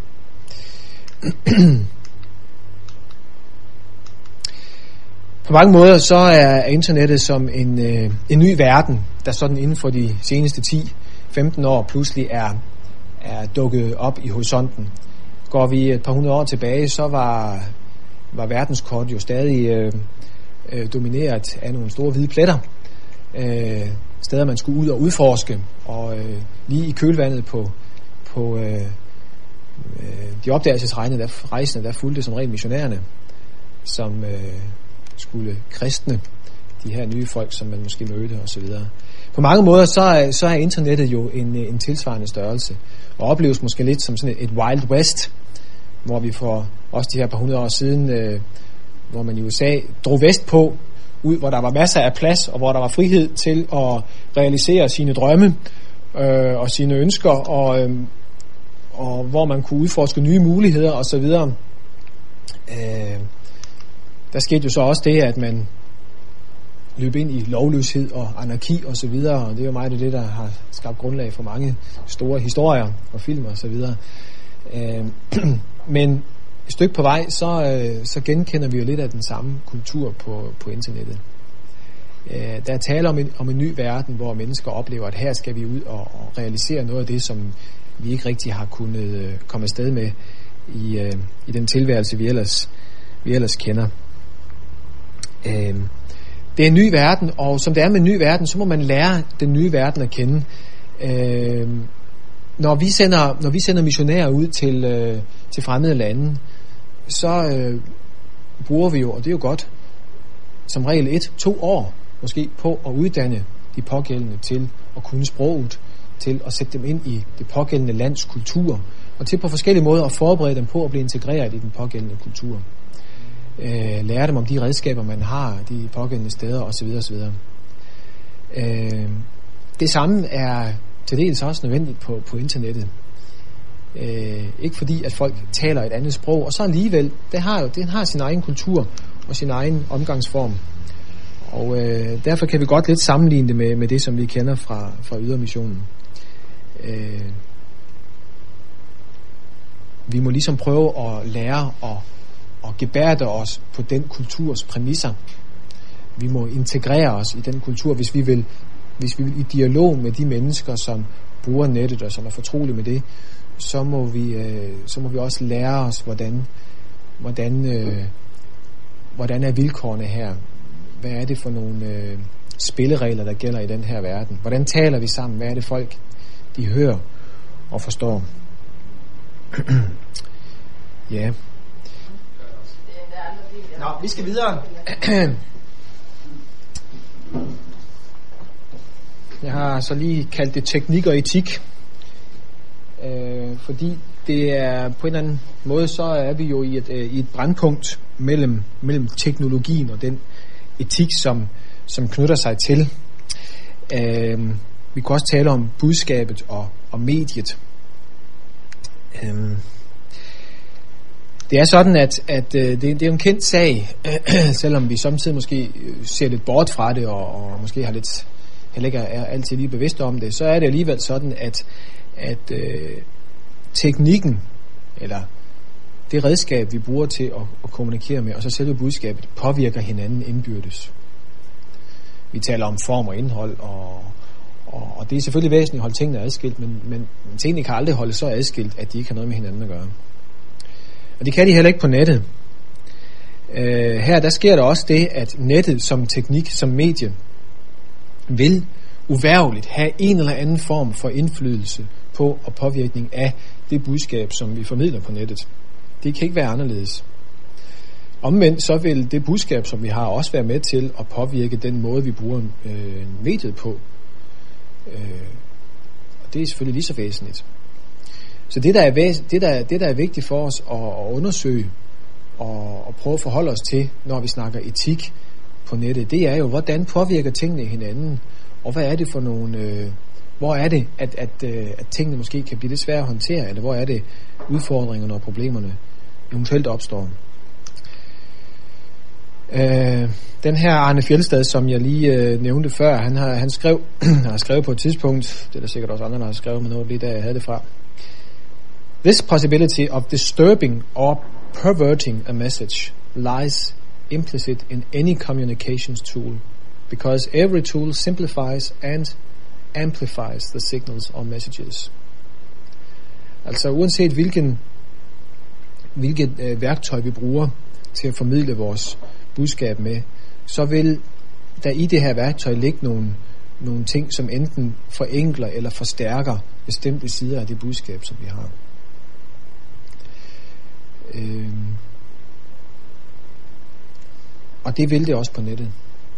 På mange måder så er internettet som en ny verden, der sådan inden for de seneste 10-15 år pludselig er dukket op i horisonten. Går vi et par hundrede år tilbage, så var verdenskort jo stadig domineret af nogle store hvide pletter. Steder man skulle ud og udforske, og lige i kølvandet på De opdagelsesrejsende, der fulgte som regel missionærerne, som skulle kristne de her nye folk, som man måske mødte osv. På mange måder så er internettet jo en tilsvarende størrelse, og opleves måske lidt som sådan et Wild West, hvor vi for også de her par 100 år siden, hvor man i USA drog vestpå, ud hvor der var masser af plads, og hvor der var frihed til at realisere sine drømme og sine ønsker, og hvor man kunne udforske nye muligheder osv. Der skete jo så også det, at man løb ind i lovløshed og anarki og så videre, og det er jo meget det, der har skabt grundlag for mange store historier og film og så videre. Men et stykke på vej, så genkender vi jo lidt af den samme kultur på internettet. Der er tale om en ny verden, hvor mennesker oplever, at her skal vi ud og realisere noget af det, som vi ikke rigtig har kunnet komme afsted med i den tilværelse, vi ellers kender. Det er en ny verden, og som det er med en ny verden, så må man lære den nye verden at kende. Når vi sender missionærer ud til fremmede lande, så bruger vi jo, og det er jo godt, som regel 1-2 år måske på at uddanne de pågældende til at kunne sproget, til at sætte dem ind i det pågældende lands kultur, og til på forskellige måder at forberede dem på at blive integreret i den pågældende kultur. Lære dem om de redskaber, man har de pågældende steder osv. osv. Det samme er til dels også nødvendigt på internettet. Ikke fordi, at folk taler et andet sprog, og så alligevel, det har sin egen kultur og sin egen omgangsform. Og derfor kan vi godt lidt sammenligne det med det, som vi kender fra Ydermissionen. Vi må ligesom prøve at lære og gebærde os på den kulturs præmisser. Vi må integrere os i den kultur, hvis vi vil i dialog med de mennesker, som bruger nettet og som er fortrolige med det, så må vi også lære os, hvordan er vilkårene her? Hvad er det for nogle spilleregler, der gælder i den her verden? Hvordan taler vi sammen? Hvad er det folk, de hører og forstår? Ja. Nå, vi skal videre. Jeg har så lige kaldt det teknik og etik, fordi det er på en eller anden måde, så er vi jo i et brandpunkt mellem teknologien og den etik, som knytter sig til. Vi kan også tale om budskabet og mediet. Det er sådan, at det er en kendt sag, selvom vi samtidig måske ser lidt bort fra det, og måske har heller ikke er altid lige bevidst om det, så er det alligevel sådan, at teknikken, eller det redskab, vi bruger til at kommunikere med, og så selve budskabet, påvirker hinanden indbyrdes. Vi taler om form og indhold, og det er selvfølgelig væsentligt at holde tingene adskilt, men tingene kan aldrig holde så adskilt, at de ikke har noget med hinanden at gøre. Og det kan de heller ikke på nettet. Her der sker der også det, at nettet som teknik, som medie, vil uværgeligt have en eller anden form for indflydelse på og påvirkning af det budskab, som vi formidler på nettet. Det kan ikke være anderledes. Omvendt så vil det budskab, som vi har, også være med til at påvirke den måde, vi bruger mediet på. Og det er selvfølgelig lige så væsentligt. Så det der er vigtigt for os at undersøge og prøve at forholde os til, når vi snakker etik på nettet, det er jo, hvordan påvirker tingene hinanden, og hvad er det for nogle, hvor er det, at tingene måske kan blive lidt svære at håndtere, eller hvor er det udfordringerne og problemerne eventuelt opstår. Den her Arne Fjeldstad, som jeg lige nævnte før, han har skrevet på et tidspunkt, det er der sikkert også andre, der har skrevet, men noget lidt af jeg havde det fra. This possibility of disturbing or perverting a message lies implicit in any communications tool, because every tool simplifies and amplifies the signals or messages. Altså uanset hvilket værktøj vi bruger til at formidle vores budskab med, så vil der i det her værktøj ligge nogle ting, som enten forenkler eller forstærker bestemte sider af det budskab, som vi har. Og det vil det også på nettet.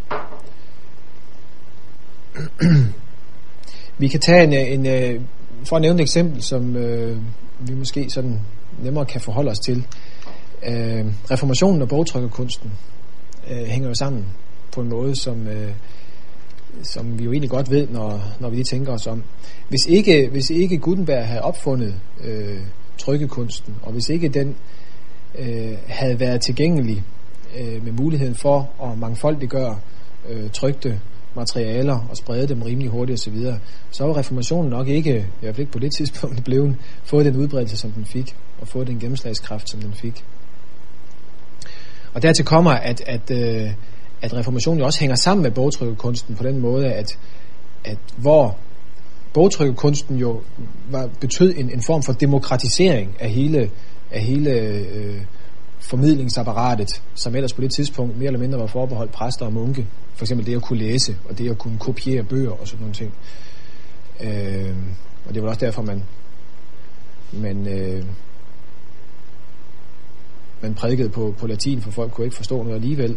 Vi kan tage en for at nævne et eksempel, som vi måske sådan nemmere kan forholde os til. Reformationen og bogtrykkerkunsten hænger jo sammen på en måde, som vi jo egentlig godt ved, når vi lige tænker os om. Hvis ikke Gutenberg havde opfundet trykkekunsten, og hvis ikke den havde været tilgængelig med muligheden for at mangfoldiggøre trykte materialer og sprede dem rimelig hurtigt osv., så var reformationen nok ikke, i hvert fald ikke på det tidspunkt, blevet fået den udbredelse, som den fik, og fået den gennemslagskraft, som den fik. Og dertil kommer, at reformationen jo også hænger sammen med bogtrykkerkunsten på den måde, at hvor bogtrykkerkunsten jo betød en form for demokratisering af hele formidlingsapparatet, som ellers på det tidspunkt mere eller mindre var forbeholdt præster og munke. For eksempel det at kunne læse, og det at kunne kopiere bøger og sådan nogle ting. Og det var også derfor, man prædikede på latin, for folk kunne ikke forstå noget alligevel.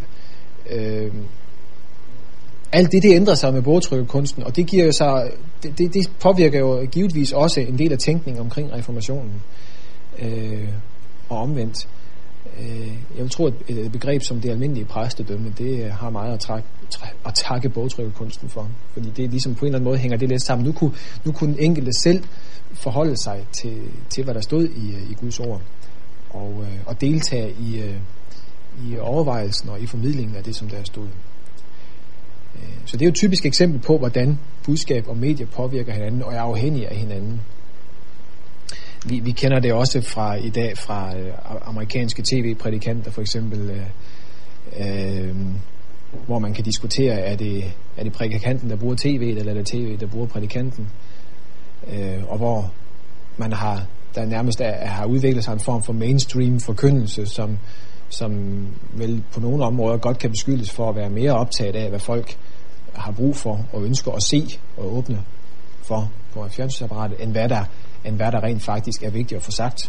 Alt det ændrer sig med bogtrykkerkunsten, og det giver jo sig, det påvirker jo givetvis også en del af tænkningen omkring reformationen og omvendt. Jeg vil tro, at et begreb som det almindelige præstedømme, det har meget at takke bogtrykkerkunsten for, fordi det er ligesom på en eller anden måde hænger det lidt sammen. Nu kunne den enkelte selv forholde sig til hvad der stod i Guds ord, og deltage i overvejelsen og i formidlingen af det, som der stod. Så det er jo et typisk eksempel på, hvordan budskab og medier påvirker hinanden og er afhængige af hinanden. Vi kender det også fra i dag fra amerikanske tv-prædikanter for eksempel, hvor man kan diskutere, er det prædikanten, der bruger tv'et, eller er det tv, der bruger prædikanten, og hvor man der nærmest har udviklet sig en form for mainstream forkyndelse, som vel på nogle områder godt kan beskyldes for at være mere optaget af, hvad folk har brug for og ønsker at se og åbne for på fjernsynsapparatet, end hvad der rent faktisk er vigtigt at få sagt.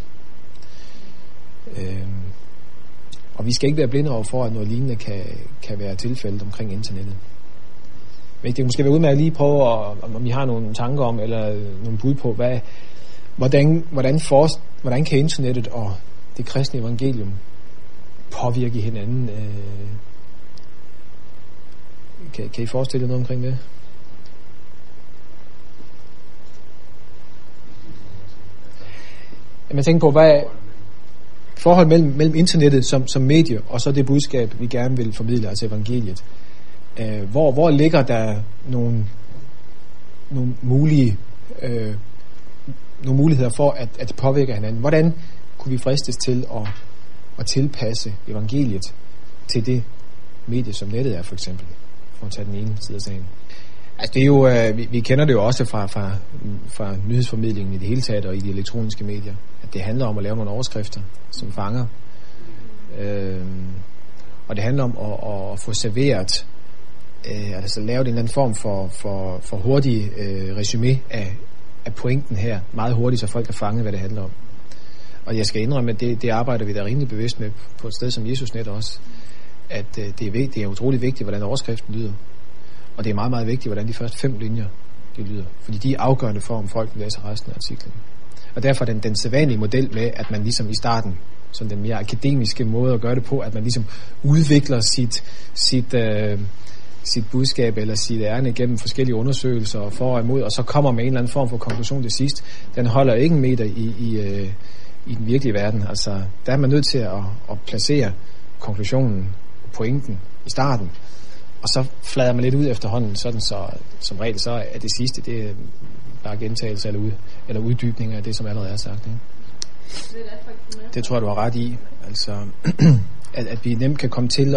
Og vi skal ikke være blinde over for, at noget lignende kan være tilfældet omkring internettet. Men det kan måske være udmærket lige prøve, om I har nogle tanker om, eller nogle bud på, hvordan kan internettet og det kristne evangelium påvirke hinanden? Kan I forestille jer noget omkring det? Jeg tænker på, hvad er forhold mellem internettet som medie, og så det budskab, vi gerne vil formidle, altså evangeliet. Hvor ligger der nogle muligheder for at påvirke hinanden? Hvordan kunne vi fristes til at tilpasse evangeliet til det medie, som nettet er, for eksempel, for at tage den ene side af sagen? Altså det er jo, vi kender det jo også fra nyhedsformidlingen i det hele taget og i de elektroniske medier, at det handler om at lave nogle overskrifter, som fanger. Og det handler om at få serveret, altså lavet en eller anden form for hurtig resumé af pointen her, meget hurtigt, så folk kan fange, hvad det handler om. Og jeg skal indrømme, at det arbejder vi da rimelig bevidst med på et sted som JesusNet også, at det er utrolig vigtigt, hvordan overskriften lyder. Og det er meget, meget vigtigt, hvordan de første 5 linjer de lyder. Fordi de er afgørende for, om folk læser resten af artiklen. Og derfor er den sædvanlige model med, at man ligesom i starten, sådan den mere akademiske måde at gøre det på, at man ligesom udvikler sit budskab eller sit ærne gennem forskellige undersøgelser for og imod, og så kommer med en eller anden form for konklusion til sidst. Den holder ikke en meter i den virkelige verden. Altså, der er man nødt til at placere konklusionen, pointen i starten, og så flader man lidt ud efterhånden, sådan så som regel så er det sidste, det er bare gentagelse eller uddybning af det, som allerede er sagt. Ikke? Det tror jeg, du har ret i. Altså, at vi nemt kan komme til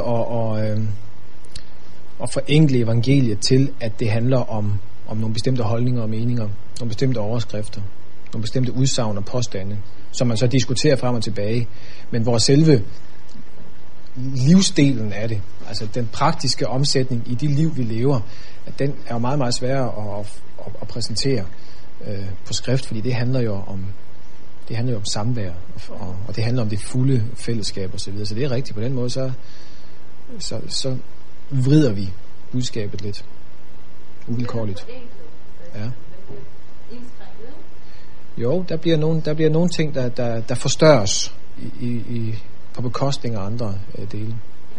at forenkle evangeliet til, at det handler om nogle bestemte holdninger og meninger, nogle bestemte overskrifter, nogle bestemte udsagn og påstande, som man så diskuterer frem og tilbage, men hvor selve livsdelen af det, altså den praktiske omsætning i de liv, vi lever, at den er jo meget, meget sværere at præsentere på skrift, fordi det handler jo det handler jo om samvær, og det handler om det fulde fællesskab og så videre. Så det er rigtigt. På den måde, så vrider vi budskabet lidt uvilkårligt. Ja. Jo, der bliver nogle ting, der forstørres på bekostning af andre dele.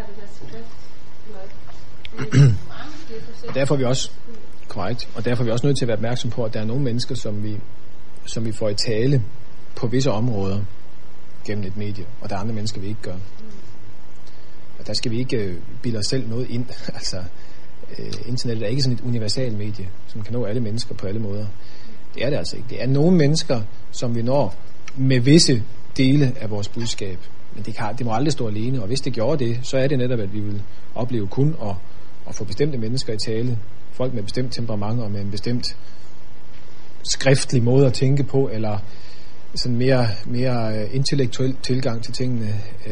Og derfor er vi også korrekt, og derfor er vi også nødt til at være opmærksom på, at der er nogle mennesker, som vi får i tale på visse områder gennem et medie, og der er andre mennesker, vi ikke gør. Og der skal vi ikke bilde os selv noget ind. Altså, internettet er ikke sådan et universalt medie, som kan nå alle mennesker på alle måder. Det er det altså ikke. Det er nogle mennesker, som vi når med visse dele af vores budskab. Men det må aldrig stå alene, og hvis det gjorde det, så er det netop, at vi vil opleve kun at få bestemte mennesker i tale. Folk med bestemt temperament og med en bestemt skriftlig måde at tænke på, eller sådan mere intellektuel tilgang til tingene.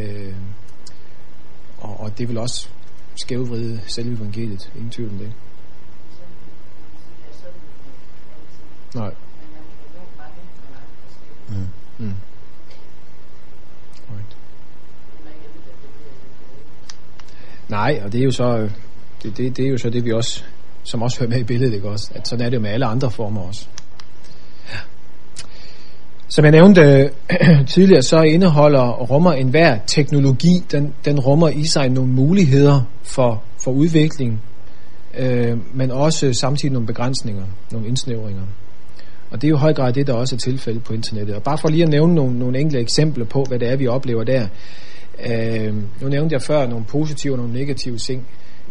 Og det vil også skævvride selve evangeliet. Ingen tvivl om det. Nej. Right. Nej, og det er jo så det er jo så det vi også, som også hører med i billedet, ikke også? At sådan er det jo med alle andre former også. Ja. Som jeg nævnte tidligere, så rummer enhver teknologi, den rummer i sig nogle muligheder for udvikling, men også samtidig nogle begrænsninger, nogle indsnævringer. Og det er jo i høj grad det, der også er tilfældet på internettet. Og bare for lige at nævne nogle enkelte eksempler på, hvad det er, vi oplever der. Nu nævnte jeg før nogle positive og nogle negative ting.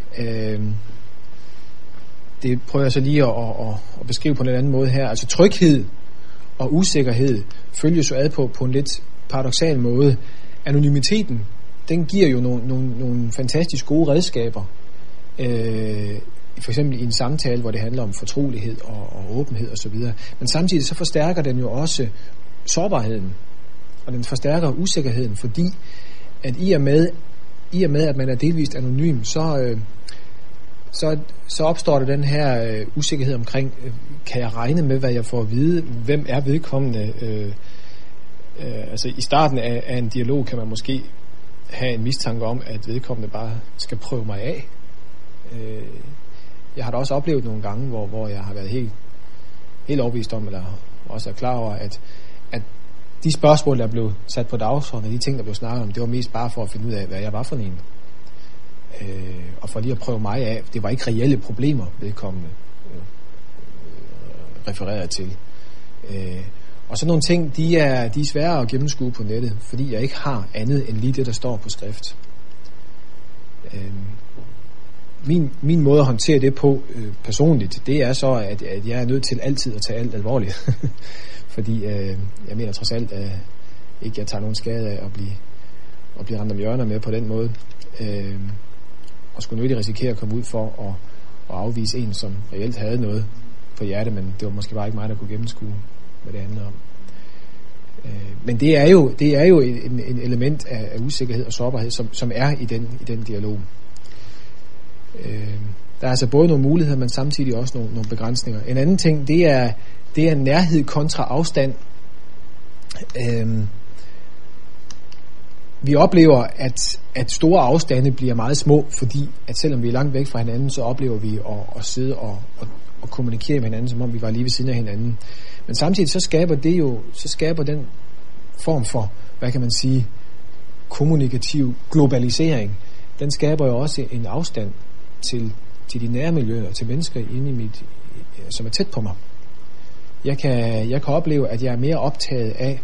Det prøver jeg så lige at beskrive på en anden måde her. Altså tryghed og usikkerhed følges jo ad på en lidt paradoksal måde. Anonymiteten, den giver jo nogle fantastisk gode redskaber. For eksempel i en samtale, hvor det handler om fortrolighed og åbenhed og så videre. Men samtidig så forstærker den jo også sårbarheden, og den forstærker usikkerheden, fordi at i og med at man er delvist anonym, så opstår der den her usikkerhed omkring, kan jeg regne med, hvad jeg får at vide, hvem er vedkommende. Altså i starten af en dialog kan man måske have en mistanke om, at vedkommende bare skal prøve mig af. Jeg har da også oplevet nogle gange, hvor jeg har været helt overbevist om, eller også er klar over, at de spørgsmål, der blev sat på dagsordenen, de ting, der blev snakket om, det var mest bare for at finde ud af, hvad jeg var for en. Og for lige at prøve mig af. Det var ikke reelle problemer, vedkommende refereret til. Og sådan nogle ting, de er svære at gennemskue på nettet, fordi jeg ikke har andet end lige det, der står på skrift. Min måde at håndtere det på personligt, det er så, at jeg er nødt til altid at tage alt alvorligt. Fordi jeg mener trods alt, at ikke jeg tager nogen skade af at blive ramt om hjørner med på den måde. Og skulle nødigt risikere at komme ud for at afvise en, som reelt havde noget på hjerte, men det var måske bare ikke mig, der kunne gennemskue, hvad det handler om. Men det er jo en element af usikkerhed og sårbarhed, som er i den dialog. Der er altså både nogle muligheder, men samtidig også nogle begrænsninger. En anden ting, det er nærhed kontra afstand. Vi oplever, at store afstande bliver meget små, fordi at selvom vi er langt væk fra hinanden, så oplever vi at sidde og kommunikere med hinanden, som om vi var lige ved siden af hinanden. Men samtidig så skaber den form for, hvad kan man sige, kommunikativ globalisering, den skaber jo også en afstand til de nære miljøer, til mennesker inde i som er tæt på mig. Jeg kan opleve, at jeg er mere optaget af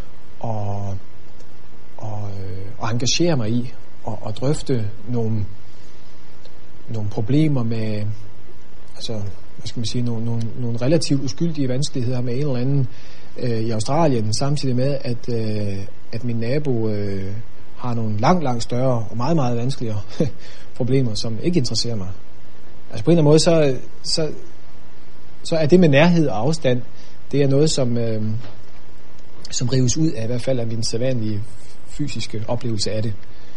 at engagere mig i og drøfte nogle problemer med, altså hvad skal man sige, nogle relativt uskyldige vanskeligheder med en eller anden i Australien, samtidig med at min nabo har nogle langt større og meget, meget vanskeligere problemer, som ikke interesserer mig. Altså på en eller anden måde, så er det med nærhed og afstand, det er noget, som rives ud af, i hvert fald af min sædvanlige fysiske oplevelse af det.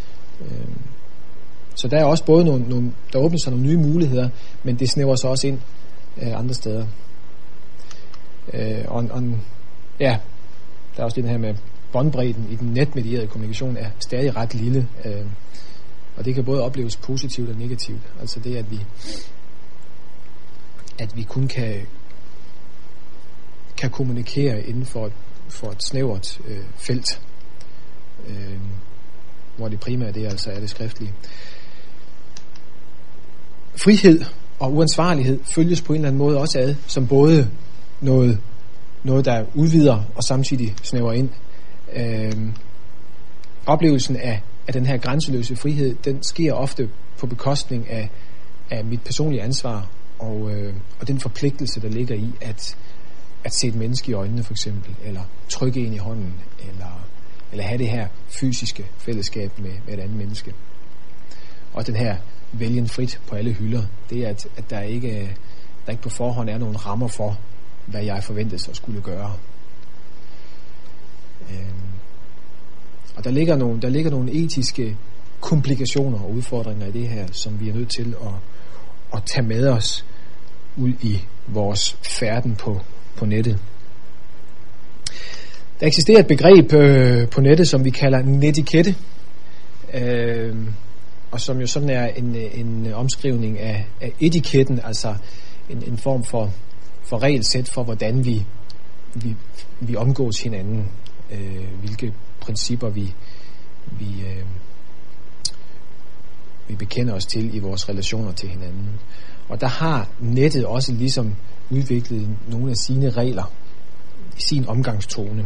Så der er også både der åbner sig nogle nye muligheder, men det snæver sig også ind andre steder. Ja, Der er også det her med båndbredden i den netmedierede kommunikation er stadig ret lille, og det kan både opleves positivt og negativt. Altså det, at vi kun kan kommunikere inden for et snævert felt, hvor det primære det altså er det skriftlige. Frihed og uansvarlighed følges på en eller anden måde også ad, som både noget der udvider og samtidig snæver ind. Oplevelsen af den her grænseløse frihed, den sker ofte på bekostning af mit personlige ansvar og den forpligtelse, der ligger i at se et menneske i øjnene for eksempel, eller trykke en i hånden, eller have det her fysiske fællesskab med et andet menneske. Og den her vælgen frit på alle hylder, det er, at der ikke på forhånd er nogen rammer for, hvad jeg forventes at skulle gøre. Og der ligger nogle etiske komplikationer og udfordringer i det her, som vi er nødt til at tage med os ud i vores færden på nettet. Der eksisterer et begreb på nettet, som vi kalder netikette, og som jo sådan er en omskrivning af etiketten, altså en form for regelsæt for, hvordan vi omgås hinanden, hvilke principper vi bekender os til i vores relationer til hinanden. Og der har nettet også ligesom udviklet nogle af sine regler i sin omgangstone.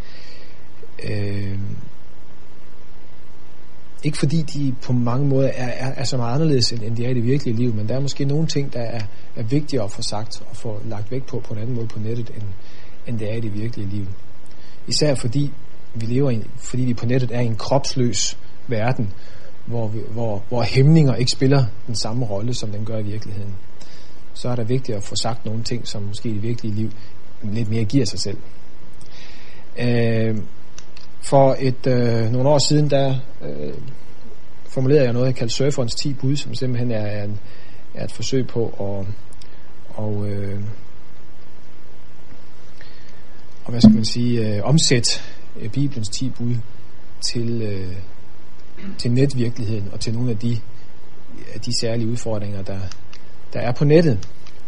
Ikke fordi de på mange måder er så meget anderledes end de er i det virkelige liv, men der er måske nogle ting, der er vigtigere at få sagt og få lagt vægt på en anden måde på nettet end det er i det virkelige liv. Især fordi vi på nettet er i en kropsløs verden, hvor hæmninger ikke spiller den samme rolle, som den gør i virkeligheden. Så er det vigtigt at få sagt nogle ting, som måske i det virkelige liv lidt mere giver sig selv. For nogle år siden, der formulerede jeg noget, jeg kaldte surferens 10 bud, som simpelthen er et forsøg på at hvad skal man sige, omsætte Bibelens 10 bud til netvirkeligheden og til nogle af de særlige udfordringer, der er på nettet.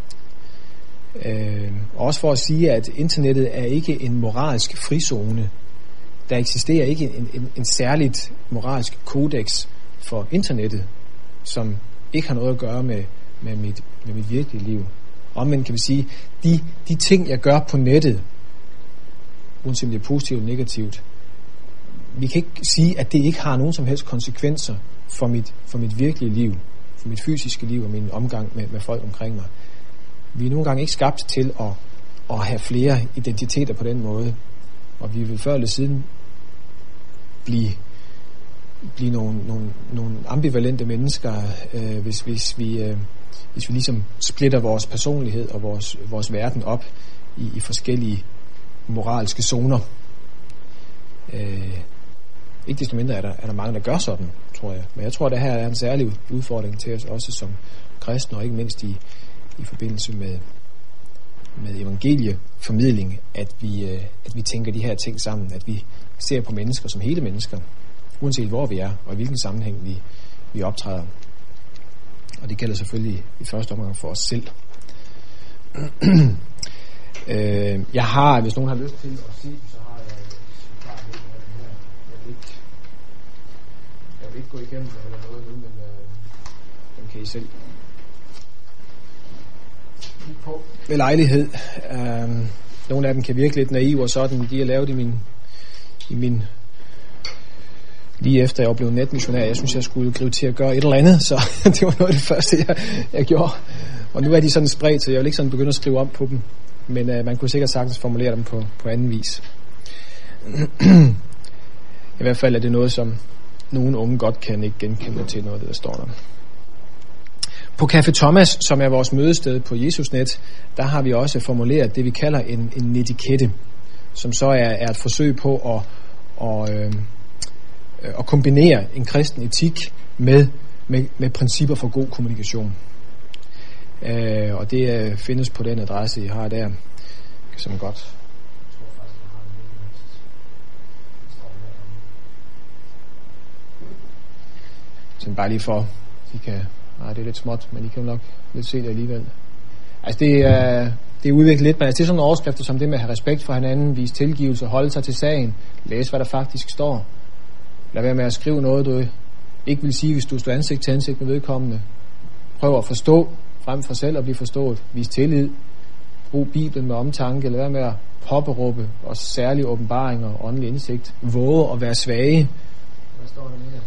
Også for at sige, at internettet er ikke en moralsk frizone. Der eksisterer ikke en særligt moralsk kodex for internettet, som ikke har noget at gøre med mit virkelige liv. Omvendt kan vi sige, de ting, jeg gør på nettet, uanset om det er positivt eller negativt, vi kan ikke sige, at det ikke har nogen som helst konsekvenser for mit virkelige liv, for mit fysiske liv og min omgang med folk omkring mig. Vi er nogle gange ikke skabt til at have flere identiteter på den måde, og vi vil før eller siden blive nogle ambivalente mennesker, hvis vi ligesom splitter vores personlighed og vores verden op i forskellige moralske zoner. Ikke desto mindre er der mange, der gør sådan, tror jeg. Men jeg tror, at det her er en særlig udfordring til os, også som kristne, og ikke mindst i forbindelse med evangelieformidling, at vi tænker de her ting sammen, at vi ser på mennesker som hele mennesker, uanset hvor vi er, og i hvilken sammenhæng vi optræder. Og det gælder selvfølgelig i første omgang for os selv. Jeg har, hvis nogen har lyst til at se, så har jeg klart lidt af det her. Jeg vil ikke gå igennem det eller noget nu, men den kan I selv på ved lejlighed. Nogle af dem kan virke lidt naive og sådan. De er lavet i min lige efter jeg blev netmissionær. Jeg synes, jeg skulle gribe til at gøre et eller andet, så det var noget af det første, jeg gjorde. Og nu er de sådan spredt, så jeg vil ikke sådan begynde at skrive om på dem. Men man kunne sikkert sagtens formulere dem på anden vis. I hvert fald er det noget, som nogle unge godt kan ikke genkende til noget, der står der. På Café Thomas, som er vores mødested på Jesusnet, der har vi også formuleret det, vi kalder en netikette, som så er et forsøg på at kombinere en kristen etik med principper for god kommunikation. Og det findes på den adresse, I har der, som godt. sådan bare lige for, I kan, det er lidt småt, men I kan jo nok lidt se det alligevel. Altså det er udviklet lidt, men altså det er sådan nogle overskrifter som det med at have respekt for hinanden, vise tilgivelse, holde sig til sagen, læse hvad der faktisk står. Lad være med at skrive noget, du ikke vil sige, hvis du står ansigt til ansigt med vedkommende. Prøv at forstå, frem for selv at blive forstået. Vis tillid. Brug Bibelen med omtanke. Lad være med at påberåbe og særlige åbenbaringer og åndelig indsigt. Våge at være svage. Hvad står der mere?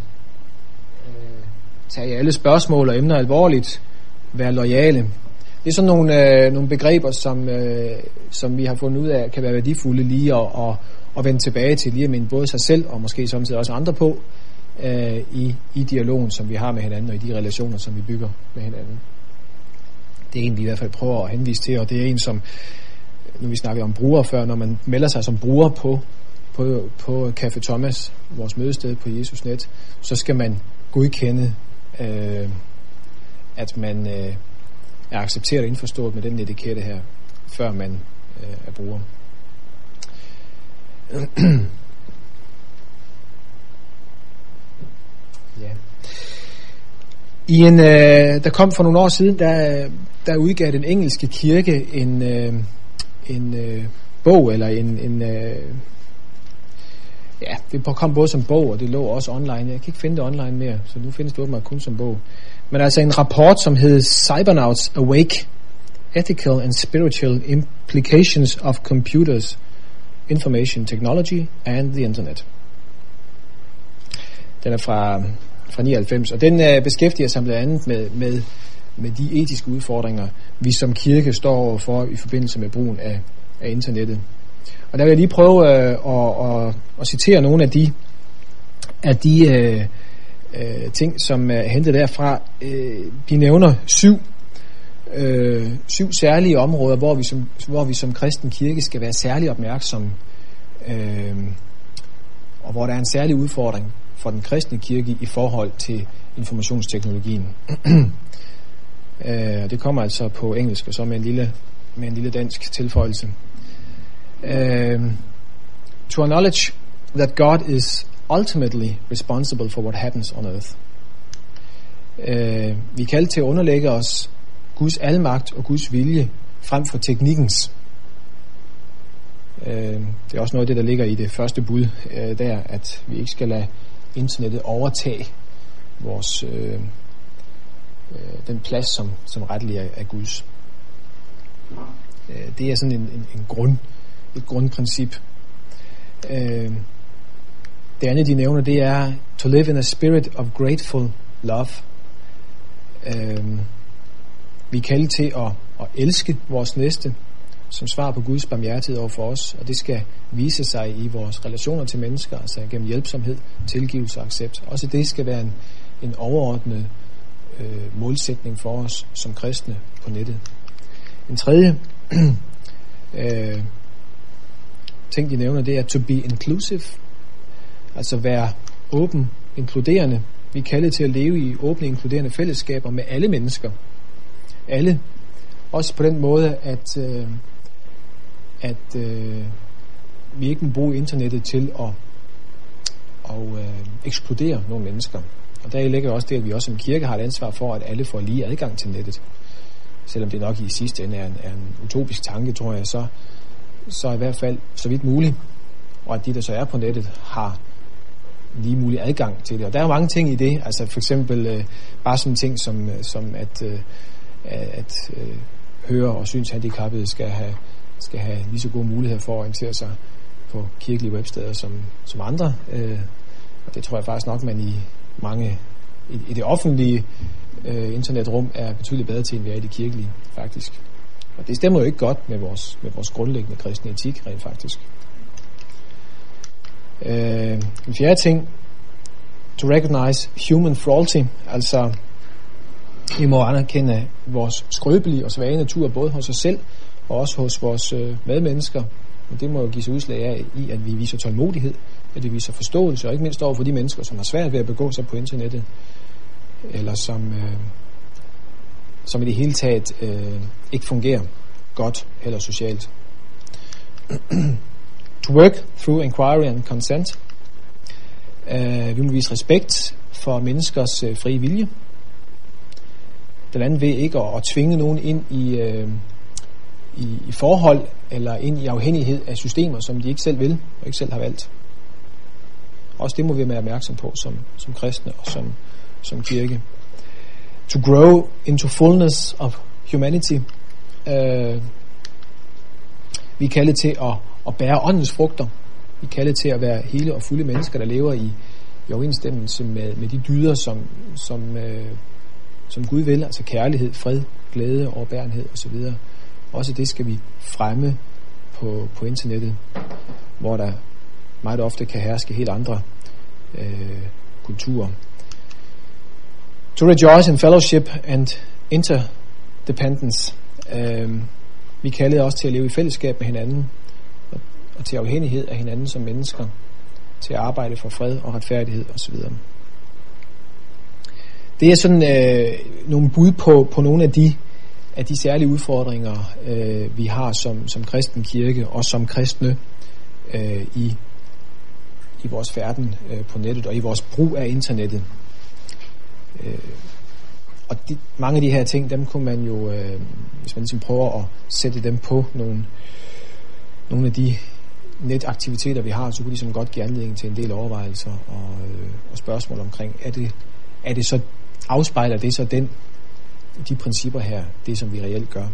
Tag alle spørgsmål og emner alvorligt. Vær loyale. Det er sådan nogle begreber, som vi har fundet ud af, kan være værdifulde lige at vende tilbage til, lige at minde både sig selv og måske samtidig også andre på i dialogen, som vi har med hinanden, og i de relationer, som vi bygger med hinanden. Det er en, vi i hvert fald prøver at henvise til, og det er en, som, nu vi snakkede om brugere før, når man melder sig som bruger på Café Thomas, vores mødested på JesusNet, så skal man godkende, at man er accepteret og indforstået med den etikette her, før man er bruger. Ja. Der kom for nogle år siden, der udgav den engelske kirke en bog, eller det kom både som bog, og det lå også online. Jeg kan ikke finde det online mere, så nu findes det åbenbart kun som bog. Men altså en rapport, som hed Cybernauts Awake: Ethical and Spiritual Implications of Computers, Information Technology and the Internet. Den er fra 99, og den beskæftiger sig blandt andet med de etiske udfordringer, vi som kirke står overfor i forbindelse med brugen af internettet. Og der vil jeg lige prøve at citere nogle af de ting, som er hentet derfra. De nævner syv særlige områder, hvor vi som kristen kirke skal være særlig opmærksomme, og hvor der er en særlig udfordring for den kristne kirke i forhold til informationsteknologien. Det kommer altså på engelsk, og så med en lille dansk tilføjelse. To acknowledge that God is ultimately responsible for what happens on earth. Vi er kaldt til at underlægge os Guds almagt og Guds vilje frem for teknikkens. Det er også noget af det, der ligger i det første bud der, at vi ikke skal lade internettet overtage vores den plads, som rettelig er Guds. Det er sådan et grundprincip. Det andet, de nævner, det er to live in a spirit of grateful love. Vi er kaldet til at elske vores næste, som svar på Guds barmhjertighed over for os, og det skal vise sig i vores relationer til mennesker, altså gennem hjælpsomhed, tilgivelse og accept. Også det skal være en overordnet målsætning for os som kristne på nettet. En tredje ting, de nævner, det er to be inclusive, altså være åben, inkluderende. Vi er kaldet til at leve i åbne, inkluderende fællesskaber med alle mennesker. Alle. Også på den måde, at vi ikke må bruge internettet til at ekskludere nogle mennesker. Og der ligger også det, at vi også som kirke har et ansvar for, at alle får lige adgang til nettet. Selvom det nok i sidste ende er en utopisk tanke, tror jeg, så i hvert fald så vidt muligt. Og at de, der så er på nettet, har lige mulig adgang til det. Og der er jo mange ting i det. Altså for eksempel bare sådan ting som at høre- og synshandicappede skal have lige så gode muligheder for at orientere sig på kirkelige websteder som andre. Og det tror jeg faktisk nok, man i det offentlige internetrum er betydeligt bedre til, end vi er i det kirkelige, faktisk. Og det stemmer jo ikke godt med vores grundlæggende kristne etik, rent faktisk. En fjerde ting, to recognize human frailty, altså vi må anerkende vores skrøbelige og svage natur, både hos os selv og også hos vores medmennesker. Og det må jo give sig udslag af i, at vi viser tålmodighed, at vi viser forståelse, og ikke mindst over for de mennesker, som har svært ved at begå sig på internettet, eller som i det hele taget ikke fungerer godt eller socialt. To work through inquiry and consent. Vi må vise respekt for menneskers frie vilje. Den anden ved ikke at tvinge nogen ind i forhold eller ind i afhængighed af systemer, som de ikke selv vil og ikke selv har valgt. Også det må vi være opmærksom på som kristne og som kirke. To grow into fullness of humanity. Vi er kaldet til at bære åndens frugter. Vi er kaldet til at være hele og fulde mennesker, der lever i overensstemmelse med de dyder, som Gud vil, altså kærlighed, fred, glæde, overbærenhed osv. Også det skal vi fremme på internettet, hvor der meget ofte kan herske helt andre kulturer. To rejoice in fellowship and interdependence. Vi kalder også til at leve i fællesskab med hinanden og til afhængighed af hinanden som mennesker, til at arbejde for fred og retfærdighed osv. Det er sådan nogle bud på nogle af de særlige udfordringer, vi har som kristen kirke og som kristne i vores færden på nettet og i vores brug af internettet. Og mange af de her ting, dem kunne man jo, hvis man ligesom prøver at sætte dem på nogle af de netaktiviteter, vi har, så kunne de ligesom godt give anledning til en del overvejelser og spørgsmål omkring, er det så, afspejler det så de principper her, det som vi reelt gør.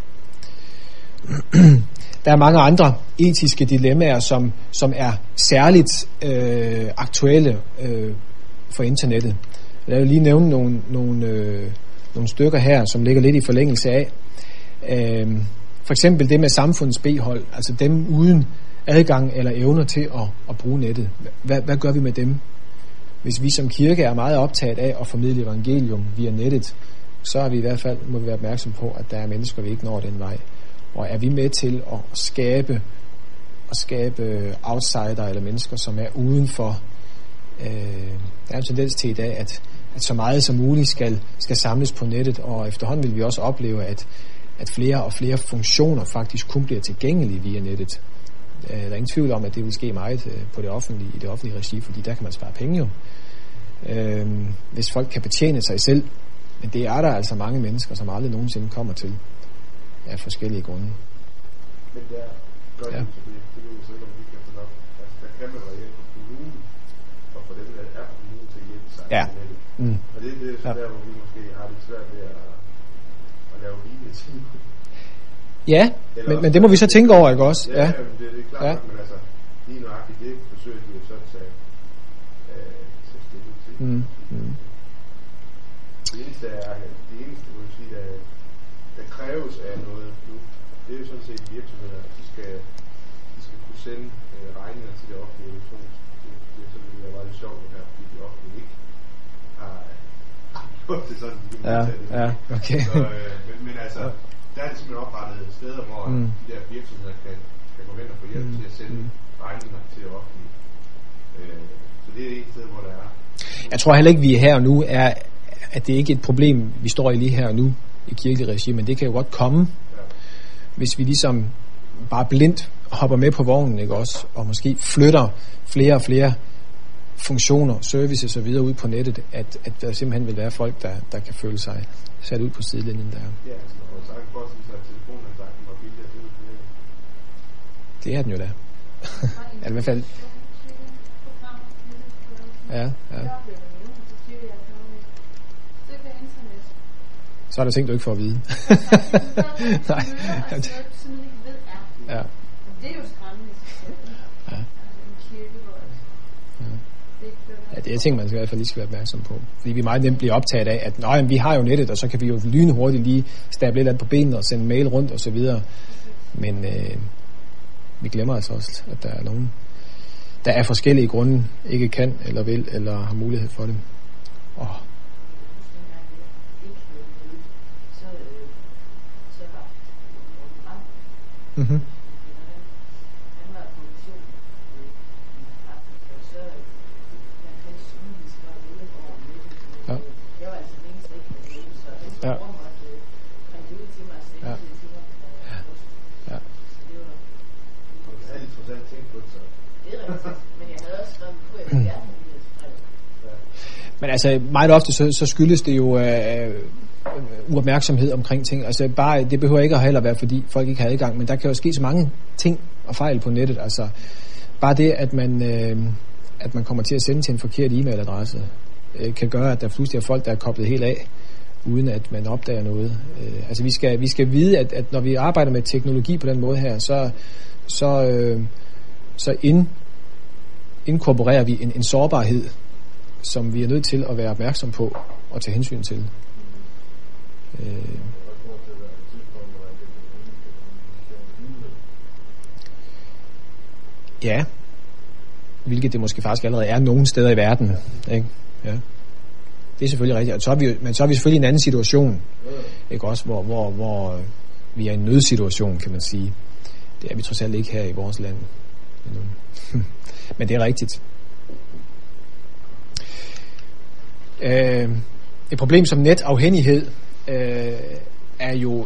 Der er mange andre etiske dilemmaer, som er særligt aktuelle for internettet. Jeg vil lige nævne nogle stykker her, som ligger lidt i forlængelse af. For eksempel det med samfundets B-hold, altså dem uden adgang eller evner til at bruge nettet. Hvad gør vi med dem? Hvis vi som kirke er meget optaget af at formidle evangelium via nettet, så er vi i hvert fald, må vi være opmærksom på, at der er mennesker, vi ikke når den vej. Og er vi med til at skabe outsider eller mennesker, som er uden for. Der er en tendens til i dag, at så meget som muligt skal samles på nettet, og efterhånden vil vi også opleve, at flere og flere funktioner faktisk kun bliver tilgængelige via nettet. Der er ingen tvivl om, at det vil ske meget i det offentlige regi, fordi der kan man spare penge jo. Hvis folk kan betjene sig selv, men det er der altså mange mennesker, som aldrig nogensinde kommer til af forskellige grunde. Men der gør det, det vil jo så ikke, om vi kan få nok. Altså, der kan man reagere på kommunen, og for dem, der er på kommunen til at hjælpe sig med det. Og det er så der, hvor vi måske har lidt svært ved at lave vilje til. Ja, men det må vi så tænke over, ikke også? Ja, det er klart, men altså, lige nøjagtigt det forsøger de jo så at tage stilling til. Det eneste, må jeg sige, der kræves af noget nu, det er jo sådan set virksomheder, at de skal kunne sende regninger til det offentlige elektronisk. Det er sådan, det er meget sjovt det her, fordi de offentlige ikke har gjort det sådan, de kan modtage det. Ja, okay. Så, men altså, der er det simpelthen oprettet steder, hvor de der virksomheder kan gå hen og få hjælp til at sende regninger til det offentlige. Så det er et sted, hvor der er. Jeg tror heller ikke, vi er her og nu, at det ikke er et problem, vi står i lige her og nu i kirkelig regi, men det kan jo godt komme, hvis vi ligesom bare blindt hopper med på vognen, ikke også, og måske flytter flere og flere funktioner, services og videre ud på nettet, at der simpelthen vil være folk, der kan føle sig sat ud på sidelinjen der. Ja, altså, og så kan forestille sig, at telefonen er sagt, hvor billigt er det ud på nettet. Det er den jo da. I hvert fald. Ja. Så er der ting, du ikke får at vide. Nej. Ja. Det er jo skræmmende. Ja, det er ting, man skal i hvert fald lige skal være opmærksom på. Fordi vi meget nemt bliver optaget af, at vi har jo nettet, og så kan vi jo lynhurtigt lige stable lidt på benene og sende mail rundt og så videre. Men vi glemmer altså også, at der er nogen, der af forskellige grunde ikke kan eller vil eller har mulighed for det. Mm-hmm. Ja. Men altså meget ofte så skyldes det jo uopmærksomhed omkring ting. Altså bare, det behøver ikke at heller være, fordi folk ikke har adgang, men der kan jo ske så mange ting og fejl på nettet. Altså bare det, at man kommer til at sende til en forkert e-mailadresse, kan gøre, at der pludselig er folk, der er koblet helt af, uden at man opdager noget. Altså vi skal vide, at når vi arbejder med teknologi på den måde her, så inkorporerer vi en sårbarhed, som vi er nødt til at være opmærksom på og tage hensyn til. Ja, hvilket det måske faktisk allerede er nogle steder i verden, ikke? Ja. Det er selvfølgelig rigtigt. Men så er vi selvfølgelig i en anden situation, ikke også, hvor vi er i en nødsituation, kan man sige. Det er vi trods alt ikke her i vores land. Men det er rigtigt. Et problem som netafhængighed er jo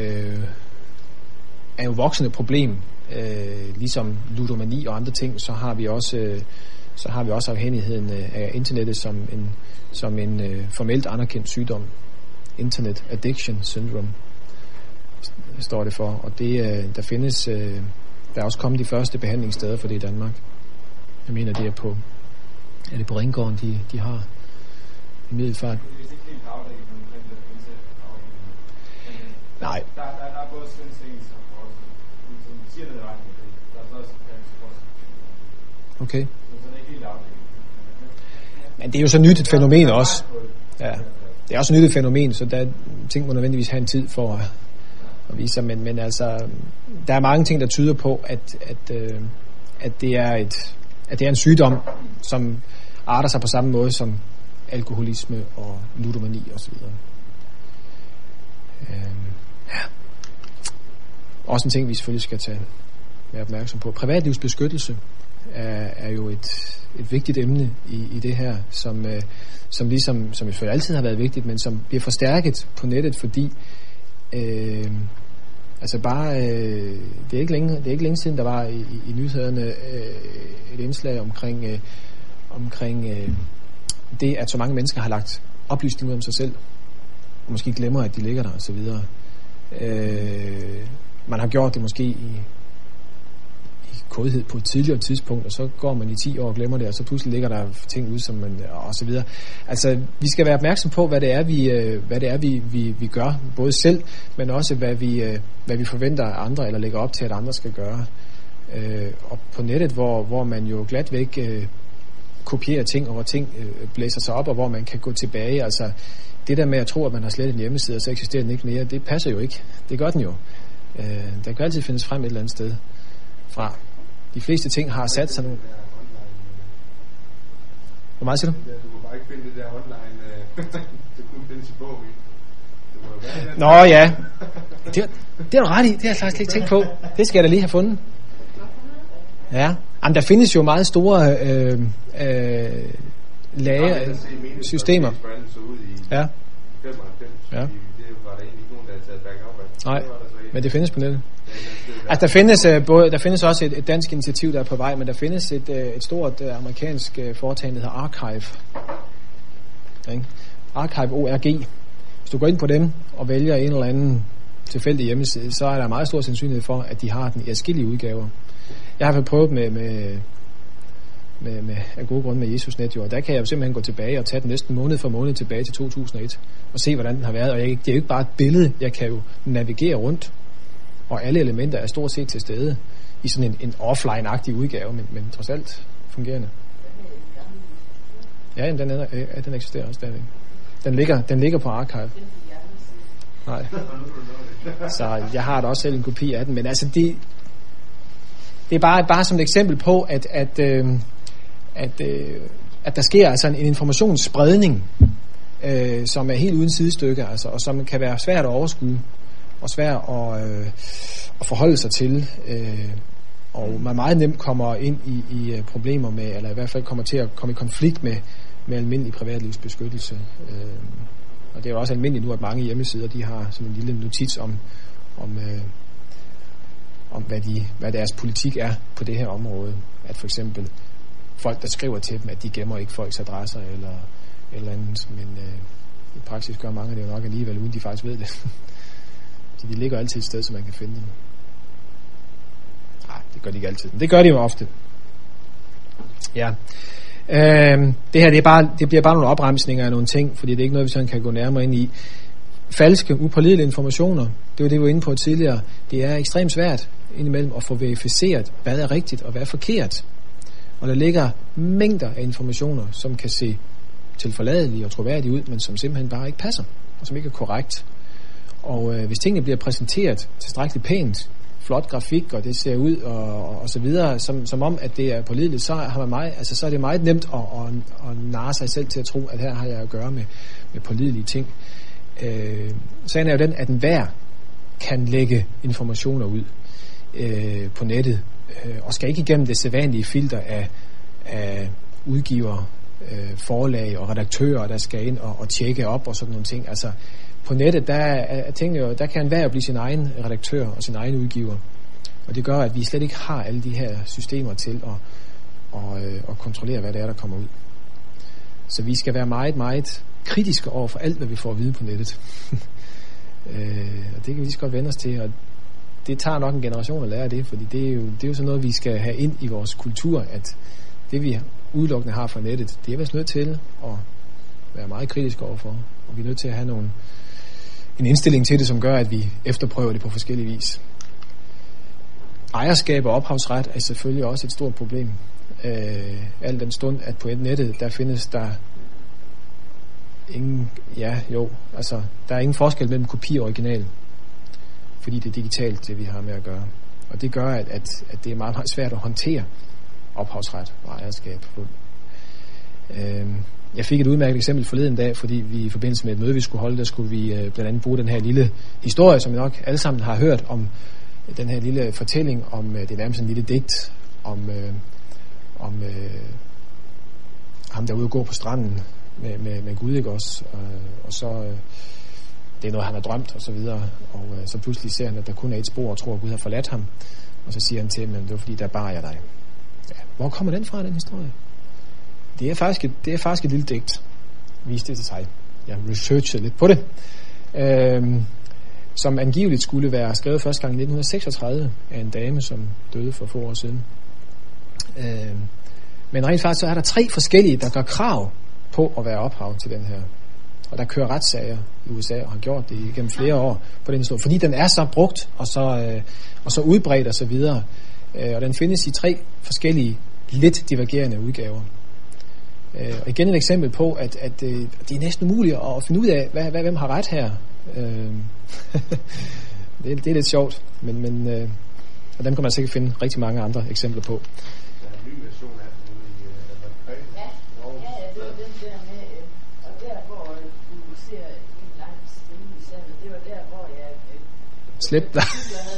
et voksende problem. Ligesom ludomani og andre ting, så har vi også afhængigheden af internettet som en formelt anerkendt sygdom. Internet Addiction Syndrome står det for, og det der er også kommet de første behandlingssteder for det i Danmark. Jeg mener, det er på Ringgården, de har i Middelfart. Nej. Der er både svensk og også siger det ret. Der er også okay. Så det er ikke helt afdækket. Men det er jo så nyt et fænomen også. Ja. Det er også nyt et fænomen, så der ting må nødvendigvis have en tid for at vise sig. Men altså, der er mange ting, der tyder på, at det er en sygdom, som arter sig på samme måde som alkoholisme og ludomani osv. Ja. Også en ting, vi selvfølgelig skal være opmærksom på. Privatlivsbeskyttelse er jo et vigtigt emne i det her, som selvfølgelig altid har været vigtigt, men som bliver forstærket på nettet, fordi det er ikke længe siden, der var i nyhederne et indslag omkring det, at så mange mennesker har lagt oplysninger om sig selv, og måske glemmer, at de ligger der, og så videre. Man har gjort det måske i kodhed på et tidligere tidspunkt, og så går man i 10 år og glemmer det, og så pludselig ligger der ting ud, som man, og så videre. Altså, vi skal være opmærksom på, hvad det er, vi gør, både selv, men også hvad vi forventer af andre, eller lægger op til, at andre skal gøre. Og på nettet, hvor man jo glat væk kopierer ting, og hvor ting blæser sig op, og hvor man kan gå tilbage. Altså, det der med at tro, at man har slettet en hjemmeside, og så eksisterer den ikke mere, det passer jo ikke. Det gør den jo. Der kan altid findes frem et eller andet sted fra. De fleste ting har sat sig nogle... Hvor meget siger du? Du kunne bare ikke finde det der online. Det kunne findes i bogen. Nå ja. Det er du ret i. Det har jeg faktisk ikke tænkt på. Det skal jeg da lige have fundet. Ja. Jamen, der findes jo meget store systemer. Ja. Ja. Nej, men det findes på nettet. Altså, der findes også et dansk initiativ, der er på vej, men der findes et stort amerikansk foretagende, der hedder Archive. Okay. Archive ORG. Hvis du går ind på dem og vælger en eller anden tilfældig hjemmeside, så er der meget stor sandsynlighed for, at de har den i adskillige udgaver. Jeg har fået prøvet med af gode grunde med JesusNet, og der kan jeg jo simpelthen gå tilbage og tage den næsten måned for måned tilbage til 2001 og se, hvordan den har været. Og det er jo ikke bare et billede, jeg kan jo navigere rundt, og alle elementer er stort set til stede i sådan en offline-agtig udgave, men trods alt fungerende. Ja, den eksisterer også stadigvæk. Den ligger på Archive. Nej. Så jeg har da også selv en kopi af den, men altså det er bare som et eksempel på, at der sker altså en informationsspredning, som er helt uden sidestykke, altså, og som kan være svært at overskue og svært at forholde sig til, og man meget nemt kommer ind i problemer med, eller i hvert fald kommer til at komme i konflikt med almindelig privatlivsbeskyttelse. Og det er jo også almindeligt nu, at mange hjemmesider, de har sådan en lille notits om hvad deres politik er på det her område. At for eksempel folk, der skriver til dem, at de gemmer ikke folks adresser, eller andet, men i praksis gør mange det jo nok alligevel, uden de faktisk ved det. De ligger altid et sted, så man kan finde dem. Nej, det gør de ikke altid, men det gør de jo ofte. Ja. Det her det bliver bare nogle opremsninger af nogle ting, fordi det er ikke noget, vi sådan kan gå nærmere ind i. Falske, upålidelige informationer, det var det, vi var inde på tidligere. Det er ekstremt svært indimellem at få verificeret, hvad er rigtigt og hvad er forkert. Og der ligger mængder af informationer, som kan se tilforladelige og troværdige ud, men som simpelthen bare ikke passer, og som ikke er korrekt. Og hvis tingene bliver præsenteret tilstrækkeligt pænt, flot grafik, og det ser ud og så videre, som om at det er pålideligt, så er det meget nemt at narre sig selv til at tro, at her har jeg at gøre med pålidelige ting. Sagen er jo den, at enhver kan lægge informationer ud på nettet, og skal ikke igennem det sædvanlige filter af udgivere, forlag og redaktører, der skal ind og tjekke op og sådan nogle ting. Altså på nettet, der kan enhver blive sin egen redaktør og sin egen udgiver, og det gør, at vi slet ikke har alle de her systemer til at kontrollere, hvad det er, der kommer ud. Så vi skal være meget, meget kritiske over for alt, hvad vi får at vide på nettet. Og det kan vi lige så godt vende os til, og det tager nok en generation at lære det, fordi det er jo sådan noget, vi skal have ind i vores kultur, at det vi udelukkende har fra nettet, det er vi nødt til at være meget kritiske overfor, og vi er nødt til at have en indstilling til det, som gør, at vi efterprøver det på forskellige vis. Ejerskab og ophavsret er selvfølgelig også et stort problem. Al den stund, at på nettet, der findes der der er ingen forskel mellem kopi og original, fordi det er digitalt, det vi har med at gøre. Og det gør, at det er meget, meget svært at håndtere ophavsret og ejerskab. Jeg fik et udmærket eksempel forleden dag, fordi vi i forbindelse med et møde, vi skulle holde, der skulle vi blandt andet bruge den her lille historie, som vi nok alle sammen har hørt om, den her lille fortælling om, det er nærmest en lille digt om ham, der er ude og gå på stranden med Gud, ikke også? Og så det er noget, han har drømt og så videre, og så pludselig ser han, at der kun er et spor, og tror, at Gud har forladt ham, og så siger han til ham, at det var fordi, der bar jeg dig. Ja. Hvor kommer den fra, den historie? Det er faktisk et lille digt, viste det til sig. Jeg researchede lidt på det, som angiveligt skulle være skrevet første gang i 1936 af en dame, som døde for få år siden. Men rent faktisk så er der 3 forskellige, der gør krav på at være ophav til den her. Og der kører retssager i USA, og har gjort det gennem flere år på den historie, fordi den er så brugt og så udbredt og så videre. Og den findes i 3 forskellige, lidt divergerende udgaver. Og igen et eksempel på, at det er næsten umuligt at finde ud af, hvem har ret her. Det er lidt sjovt, men og dem kan man sikkert finde rigtig mange andre eksempler på. Slip dig.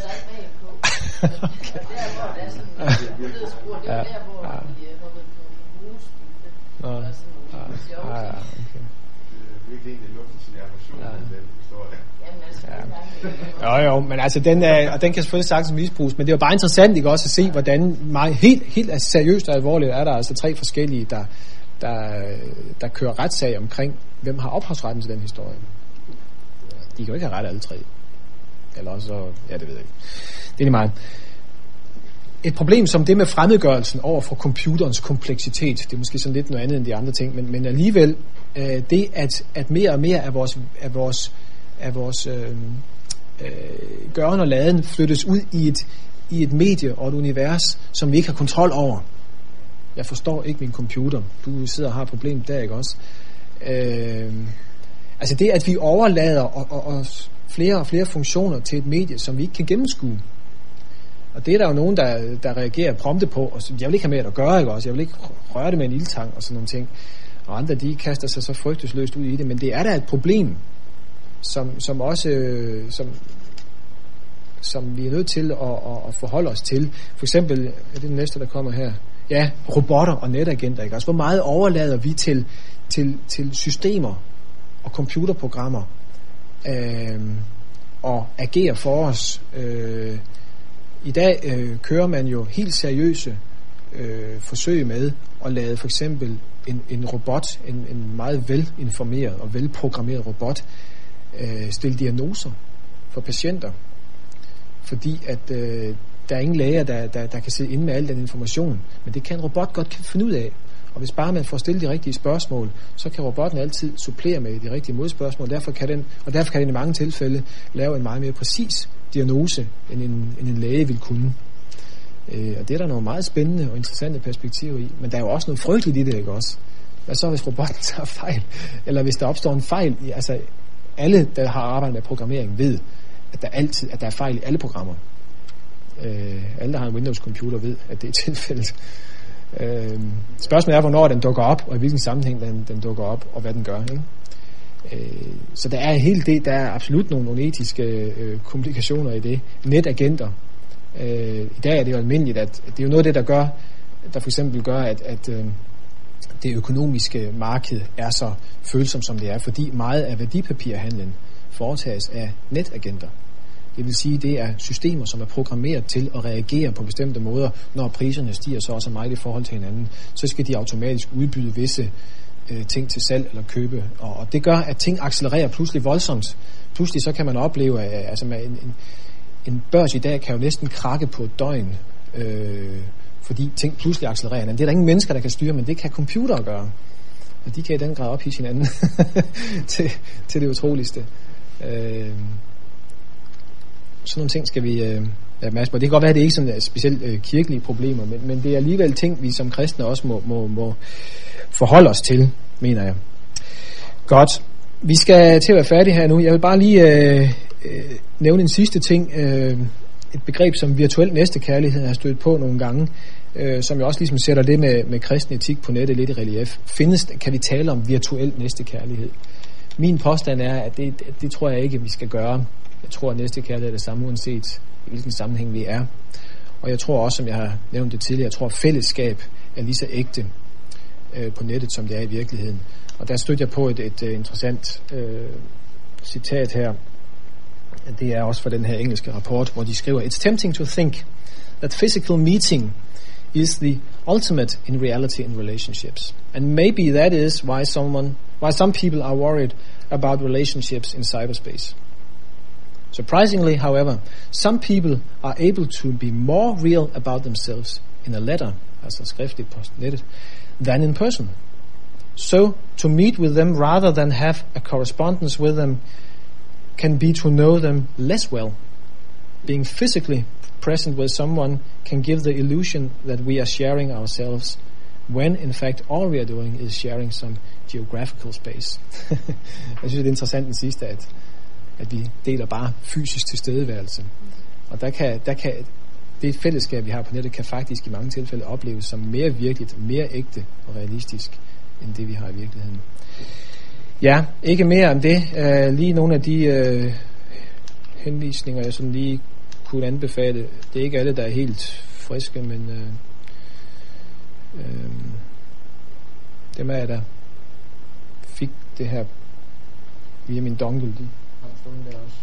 Jo, men altså den kan selvfølgelig sagtens misbruges, men det er jo bare interessant, ikke også at se, hvordan helt seriøst og alvorligt er der altså 3 forskellige, der kører retssag omkring, hvem har ophavsretten til den historie. De kan jo ikke have ret alle 3. Eller også, ja, det ved jeg ikke. Det er lige meget. Et problem som det med fremmedgørelsen over for computerens kompleksitet, det er måske sådan lidt noget andet end de andre ting, men alligevel det at mere og mere af vores gøren og laden flyttes ud i et medie og et univers, som vi ikke har kontrol over. Jeg forstår ikke min computer. Du sidder og har et problem der, ikke også? Altså det, at vi overlader og flere og flere funktioner til et medie, som vi ikke kan gennemskue. Og det er der jo nogen, der reagerer prompte på, og jeg vil ikke have med at gøre, ikke også? Jeg vil ikke røre det med en ildtang og sådan nogle ting. Og andre, de kaster sig så frygtesløst ud i det, men det er da et problem, som også som vi er nødt til at forholde os til. For eksempel, er det næste, der kommer her? Ja, robotter og netagenter, ikke? Altså, hvor meget overlader vi til systemer og computerprogrammer og agerer for os. I dag kører man jo helt seriøse forsøge med at lade for eksempel en robot, en meget velinformeret og velprogrammeret robot, stille diagnoser for patienter. Fordi at der er ingen læger, der kan sidde inde med al den information, men det kan en robot godt finde ud af. Og hvis bare man får stillet de rigtige spørgsmål, så kan robotten altid supplere med de rigtige modspørgsmål. Derfor kan den i mange tilfælde lave en meget mere præcis diagnose, end en læge vil kunne. Og det er der nogle meget spændende og interessante perspektiver i. Men der er jo også noget frygteligt i det, ikke også? Hvad så, hvis robotten tager fejl? Eller hvis der opstår en fejl? Altså, alle, der har arbejdet med programmering, ved, at der er fejl i alle programmer. Alle, der har en Windows-computer, ved, at det er tilfældet. Spørgsmålet er, hvornår den dukker op, og i hvilken sammenhæng den dukker op, og hvad den gør. Ikke? Så der er absolut nogle etiske komplikationer i det. Netagenter. I dag er det jo almindeligt, at det er jo noget af det, der for eksempel gør, at det økonomiske marked er så følsomt, som det er, fordi meget af værdipapirhandlen foretages af netagenter. Det vil sige, det er systemer, som er programmeret til at reagere på bestemte måder, når priserne stiger så også meget i forhold til hinanden. Så skal de automatisk udbyde visse ting til salg eller købe. Og det gør, at ting accelererer pludselig voldsomt. Pludselig så kan man opleve, at en børs i dag kan jo næsten krakke på et døgn, fordi ting pludselig accelererer. Det er der ingen mennesker, der kan styre, men det kan computere gøre. Og de kan i den grad ophidse hinanden til det utroligste. Sådan nogle ting skal vi være opmærksom på. Det kan godt være, at det ikke er sådan specielt kirkelige problemer, men det er alligevel ting, vi som kristne også må forholde os til, mener jeg. Godt. Vi skal til at være færdige her nu. Jeg vil bare lige nævne en sidste ting. Et begreb som virtuel næstekærlighed har stødt på nogle gange, som jo også ligesom sætter det med kristen etik på nettet lidt i relief. Kan vi tale om virtuel næstekærlighed? Min påstand er, at det tror jeg ikke, vi skal gøre. Jeg tror, at næstekærlighed er det samme, uanset i hvilken sammenhæng vi er. Og jeg tror også, som jeg har nævnt det tidligere, jeg tror, at fællesskab er lige så ægte på nettet, som det er i virkeligheden. Og der stødte jeg på et interessant citat her. Det er også fra den her engelske rapport, hvor de skriver: "It's tempting to think that physical meeting is the ultimate in reality in relationships. And maybe that is why some people are worried about relationships in cyberspace. Surprisingly, however, some people are able to be more real about themselves in a letter," altså skriftligt på nettet, "than in person. So, to meet with them rather than have a correspondence with them can be to know them less well. Being physically present with someone can give the illusion that we are sharing ourselves, when in fact all we are doing is sharing some geographical space." Jeg synes, det er interessant den sidste, at vi deler bare fysisk tilstedeværelse. Og der kan det fællesskab, vi har på nettet, kan faktisk i mange tilfælde opleves som mere virkeligt, mere ægte og realistisk, end det vi har i virkeligheden. Ja, ikke mere om det. Lige nogle af de henvisninger, jeg sådan lige kunne anbefale. Det er ikke alle, der er helt friske, men dem af jer, der fik det her via min dongle, de har stået der også.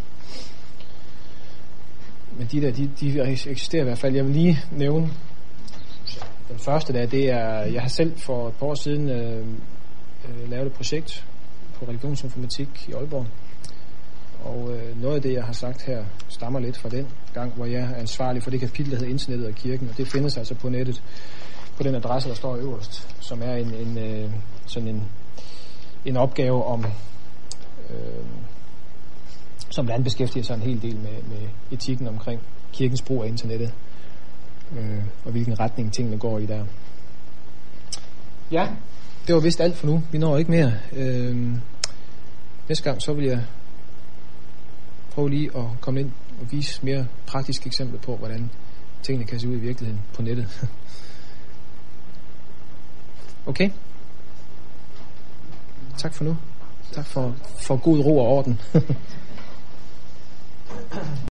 Men de der, de eksisterer i hvert fald. Jeg vil lige nævne den første der, det er, jeg har selv for et par år siden lavet et projekt på religionsinformatik i Aalborg. Og noget af det, jeg har sagt her, stammer lidt fra den gang, hvor jeg er ansvarlig for det kapitel, der hedder Internettet og kirken. Og det findes altså på nettet, på den adresse, der står øverst, som er en opgave om, som blandt andet beskæftiger sig en hel del med etikken omkring kirkens brug af internettet, og hvilken retning tingene går i der. Ja, det var vist alt for nu. Vi når ikke mere. Næste gang så vil jeg prøve lige at komme ind og vise mere praktiske eksempler på, hvordan tingene kan se ud i virkeligheden på nettet. Okay? Tak for nu. Tak for god ro og orden.